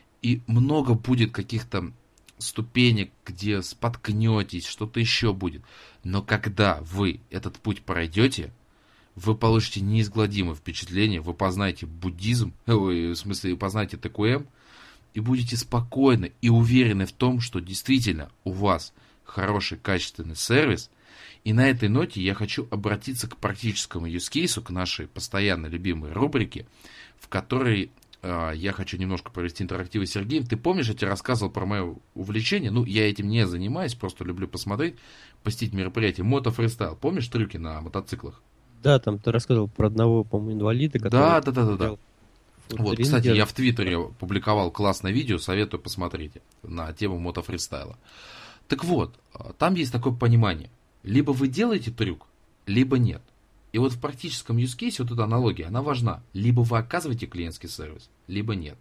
И много будет каких-то ступенек, где споткнетесь, что-то еще будет. Но когда вы этот путь пройдете, вы получите неизгладимое впечатление, вы познаете буддизм, в смысле, познаете ТКМ, и будете спокойны и уверены в том, что действительно у вас хороший, качественный сервис. И на этой ноте я хочу обратиться к практическому юзкейсу, к нашей постоянно любимой рубрике, в которой я хочу немножко провести интерактивы с Сергеем. Ты помнишь, я тебе рассказывал про мое увлечение? Ну, я этим не занимаюсь, просто люблю посмотреть, посетить мероприятие. Мотофристайл. Помнишь трюки на мотоциклах? Да, там ты рассказывал про одного, по-моему, инвалида, который... Да. Вот, кстати, я в Твиттере публиковал классное видео, советую посмотреть на тему мотофристайла. Так вот, там есть такое понимание. Либо вы делаете трюк, либо нет. И вот в практическом use case вот эта аналогия, она важна. Либо вы оказываете клиентский сервис, либо нет.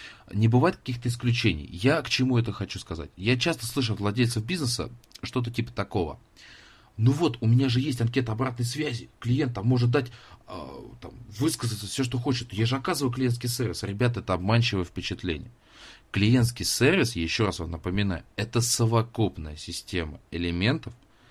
Не бывает каких-то исключений. Я к чему это хочу сказать? Я часто слышу от владельцев бизнеса что-то типа такого. Ну вот, у меня же есть анкета обратной связи. Клиент там может дать, высказаться все, что хочет. Я же оказываю клиентский сервис. Ребята, это обманчивое впечатление. Клиентский сервис, я еще раз вам напоминаю, это совокупная система элементов,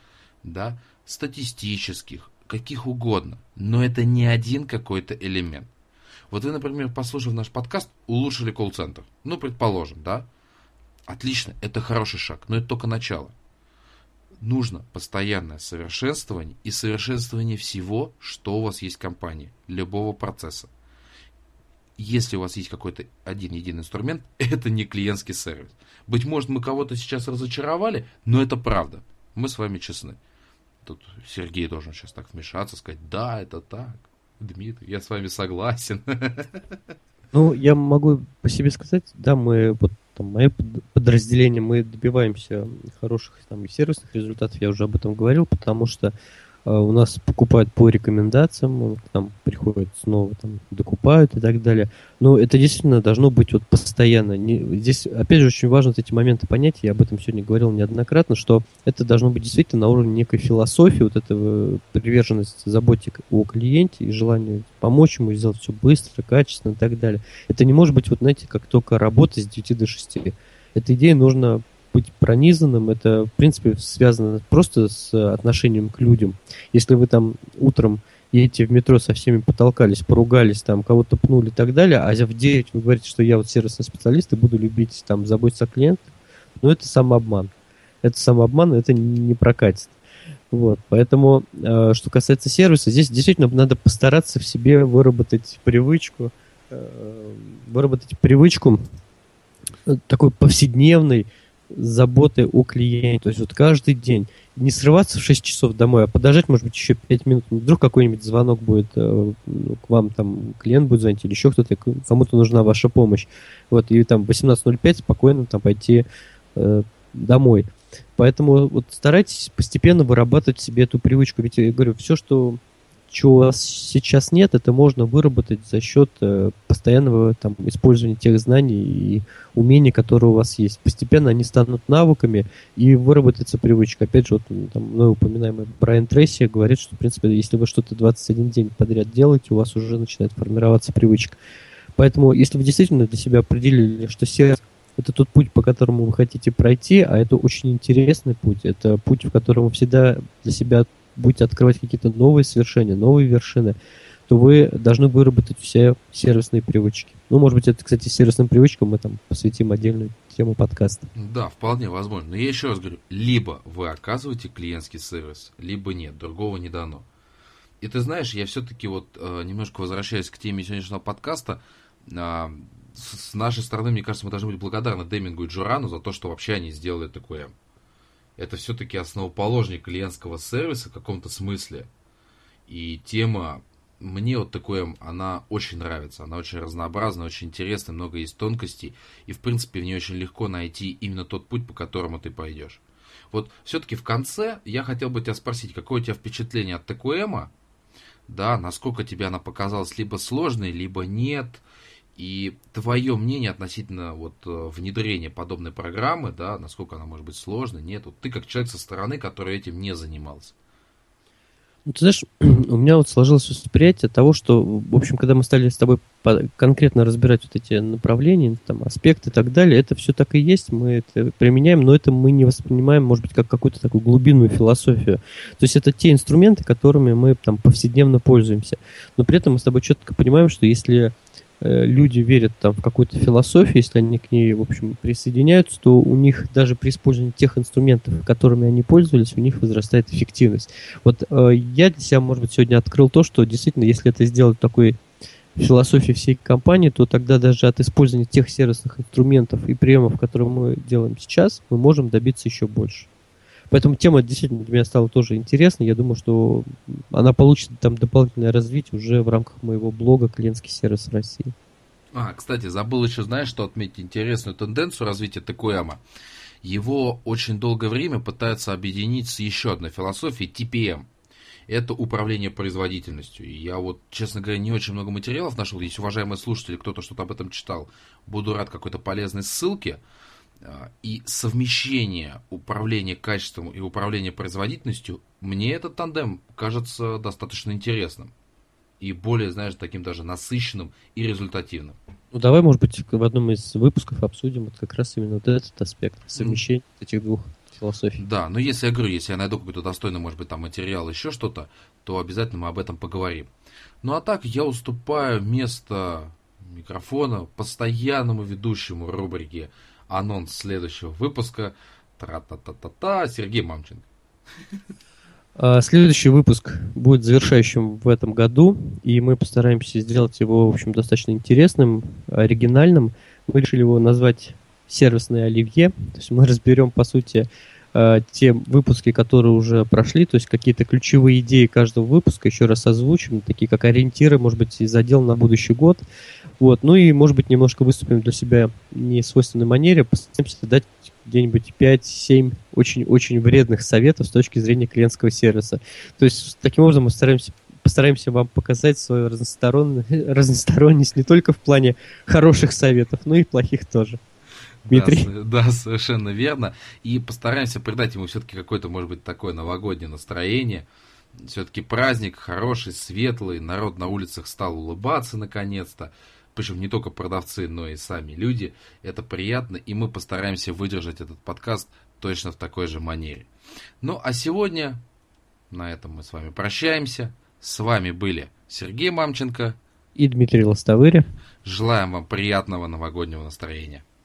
да, статистических, каких угодно. Но это не один какой-то элемент. Вот вы, например, послушав наш подкаст, улучшили колл-центр. Ну, предположим, да. Отлично, это хороший шаг, но это только начало. Нужно постоянное совершенствование и совершенствование всего, что у вас есть в компании, любого процесса. Если у вас есть какой-то один единый инструмент, это не клиентский сервис. Быть может, мы кого-то сейчас разочаровали, но это правда. Мы с вами честны. Тут Сергей должен сейчас так вмешаться, сказать, да, это так. Дмитрий, я с вами согласен. Ну, я могу по себе сказать, да, мы, вот там, мое подразделение, мы добиваемся хороших там и сервисных результатов, я уже об этом говорил, потому что у нас покупают по рекомендациям, к нам приходят снова, там, докупают и так далее. Но это действительно должно быть вот постоянно. Здесь, опять же, очень важно вот эти моменты понять, я об этом сегодня говорил неоднократно, что это должно быть действительно на уровне некой философии, вот этого приверженности, заботе о клиенте и желание помочь ему сделать все быстро, качественно и так далее. Это не может быть, вот знаете, как только работа с 9 до 6. Эта идея нужно быть пронизанным, это, в принципе, связано просто с отношением к людям. Если вы там утром едете в метро, со всеми потолкались, поругались, там, кого-то пнули и так далее, а в 9 вы говорите, что я вот сервисный специалист и буду любить, там, заботиться о клиентах, но это самообман. Это не прокатит. Вот, поэтому, что касается сервиса, здесь действительно надо постараться в себе выработать привычку такой повседневной заботы о клиенте. То есть вот каждый день не срываться в 6 часов домой, а подождать, может быть, еще 5 минут. Вдруг какой-нибудь звонок будет, к вам там клиент будет звонить или еще кто-то, кому-то нужна ваша помощь. Вот, и там в 18:05 спокойно там пойти домой. Поэтому вот старайтесь постепенно вырабатывать в себе эту привычку. Ведь я говорю, все, чего у вас сейчас нет, это можно выработать за счет постоянного там, использования тех знаний и умений, которые у вас есть. Постепенно они станут навыками и выработается привычка. Опять же, вот там мной упоминаемый Брайан Трейси говорит, что, в принципе, если вы что-то 21 день подряд делаете, у вас уже начинает формироваться привычка. Поэтому, если вы действительно для себя определили, что сервис — это тот путь, по которому вы хотите пройти, а это очень интересный путь, это путь, в котором вы всегда для себя будете открывать какие-то новые свершения, новые вершины, то вы должны выработать все сервисные привычки. Ну, может быть, это, кстати, сервисным привычкам мы там посвятим отдельную тему подкаста. Да, вполне возможно. Но я еще раз говорю, либо вы оказываете клиентский сервис, либо нет, другого не дано. И ты знаешь, я все-таки вот немножко возвращаюсь к теме сегодняшнего подкаста. С нашей стороны, мне кажется, мы должны быть благодарны Демингу и Джорану за то, что вообще они сделали такое. Это все-таки основоположник клиентского сервиса в каком-то смысле. И тема мне вот такое, она очень нравится, она очень разнообразная, очень интересная, много есть тонкостей, и в принципе в ней очень легко найти именно тот путь, по которому ты пойдешь. Вот все-таки в конце я хотел бы тебя спросить, какое у тебя впечатление от ТКМа, да, насколько тебе она показалась либо сложной, либо нет, и твое мнение относительно вот внедрения подобной программы, да, насколько она может быть сложной, нет, вот ты как человек со стороны, который этим не занимался. Ну, ты знаешь, у меня вот сложилось восприятие того, что, в общем, когда мы стали с тобой конкретно разбирать вот эти направления, там, аспекты и так далее, это все так и есть, мы это применяем, но это мы не воспринимаем, может быть, как какую-то такую глубинную философию. То есть это те инструменты, которыми мы там повседневно пользуемся. Но при этом мы с тобой четко понимаем, что если люди верят там в какую-то философию, если они к ней, в общем, присоединяются, то у них даже при использовании тех инструментов, которыми они пользовались, у них возрастает эффективность. Вот я для себя, может быть, сегодня открыл то, что действительно, если это сделать такой философией всей компании, то тогда даже от использования тех сервисных инструментов и приемов, которые мы делаем сейчас, мы можем добиться еще больше. Поэтому тема действительно для меня стала тоже интересной. Я думаю, что она получит там дополнительное развитие уже в рамках моего блога «Клиентский сервис России». Кстати, забыл еще, знаешь, что отметить интересную тенденцию развития ТКМа. Его очень долгое время пытаются объединить с еще одной философией TPM. Это управление производительностью. И я вот, честно говоря, не очень много материалов нашел. Если уважаемые слушатели, кто-то что-то об этом читал, буду рад какой-то полезной ссылке. И совмещение управления качеством и управления производительностью, мне этот тандем кажется достаточно интересным. И более, знаешь, таким даже насыщенным и результативным. Ну, давай, может быть, в одном из выпусков обсудим вот как раз именно вот этот аспект совмещения этих двух философий. Да, но если я говорю, если я найду какой-то достойный, может быть, там материал, еще что-то, то обязательно мы об этом поговорим. Ну, а так я уступаю место микрофона постоянному ведущему рубрике «Анонс следующего выпуска» тра-та-та-та-та Сергей Мамченко. Следующий выпуск будет завершающим в этом году, и мы постараемся сделать его, в общем, достаточно интересным, оригинальным. Мы решили его назвать «Сервисное оливье». То есть мы разберем, по сути, те выпуски, которые уже прошли, то есть какие-то ключевые идеи каждого выпуска еще раз озвучим, такие как ориентиры, может быть, и задел на будущий год. Вот. Ну и, может быть, немножко выступим для себя в несвойственной манере, постараемся дать где-нибудь 5-7 очень-очень вредных советов с точки зрения клиентского сервиса. То есть, таким образом, мы постараемся вам показать свою разносторонность не только в плане хороших советов, но и плохих тоже. Дмитрий? Да, совершенно верно. И постараемся придать ему все-таки какое-то, может быть, такое новогоднее настроение. Все-таки праздник хороший, светлый, народ на улицах стал улыбаться наконец-то. Причем не только продавцы, но и сами люди. Это приятно, и мы постараемся выдержать этот подкаст точно в такой же манере. Ну, а сегодня на этом мы с вами прощаемся. С вами были Сергей Мамченко и Дмитрий Лостовыря. Желаем вам приятного новогоднего настроения.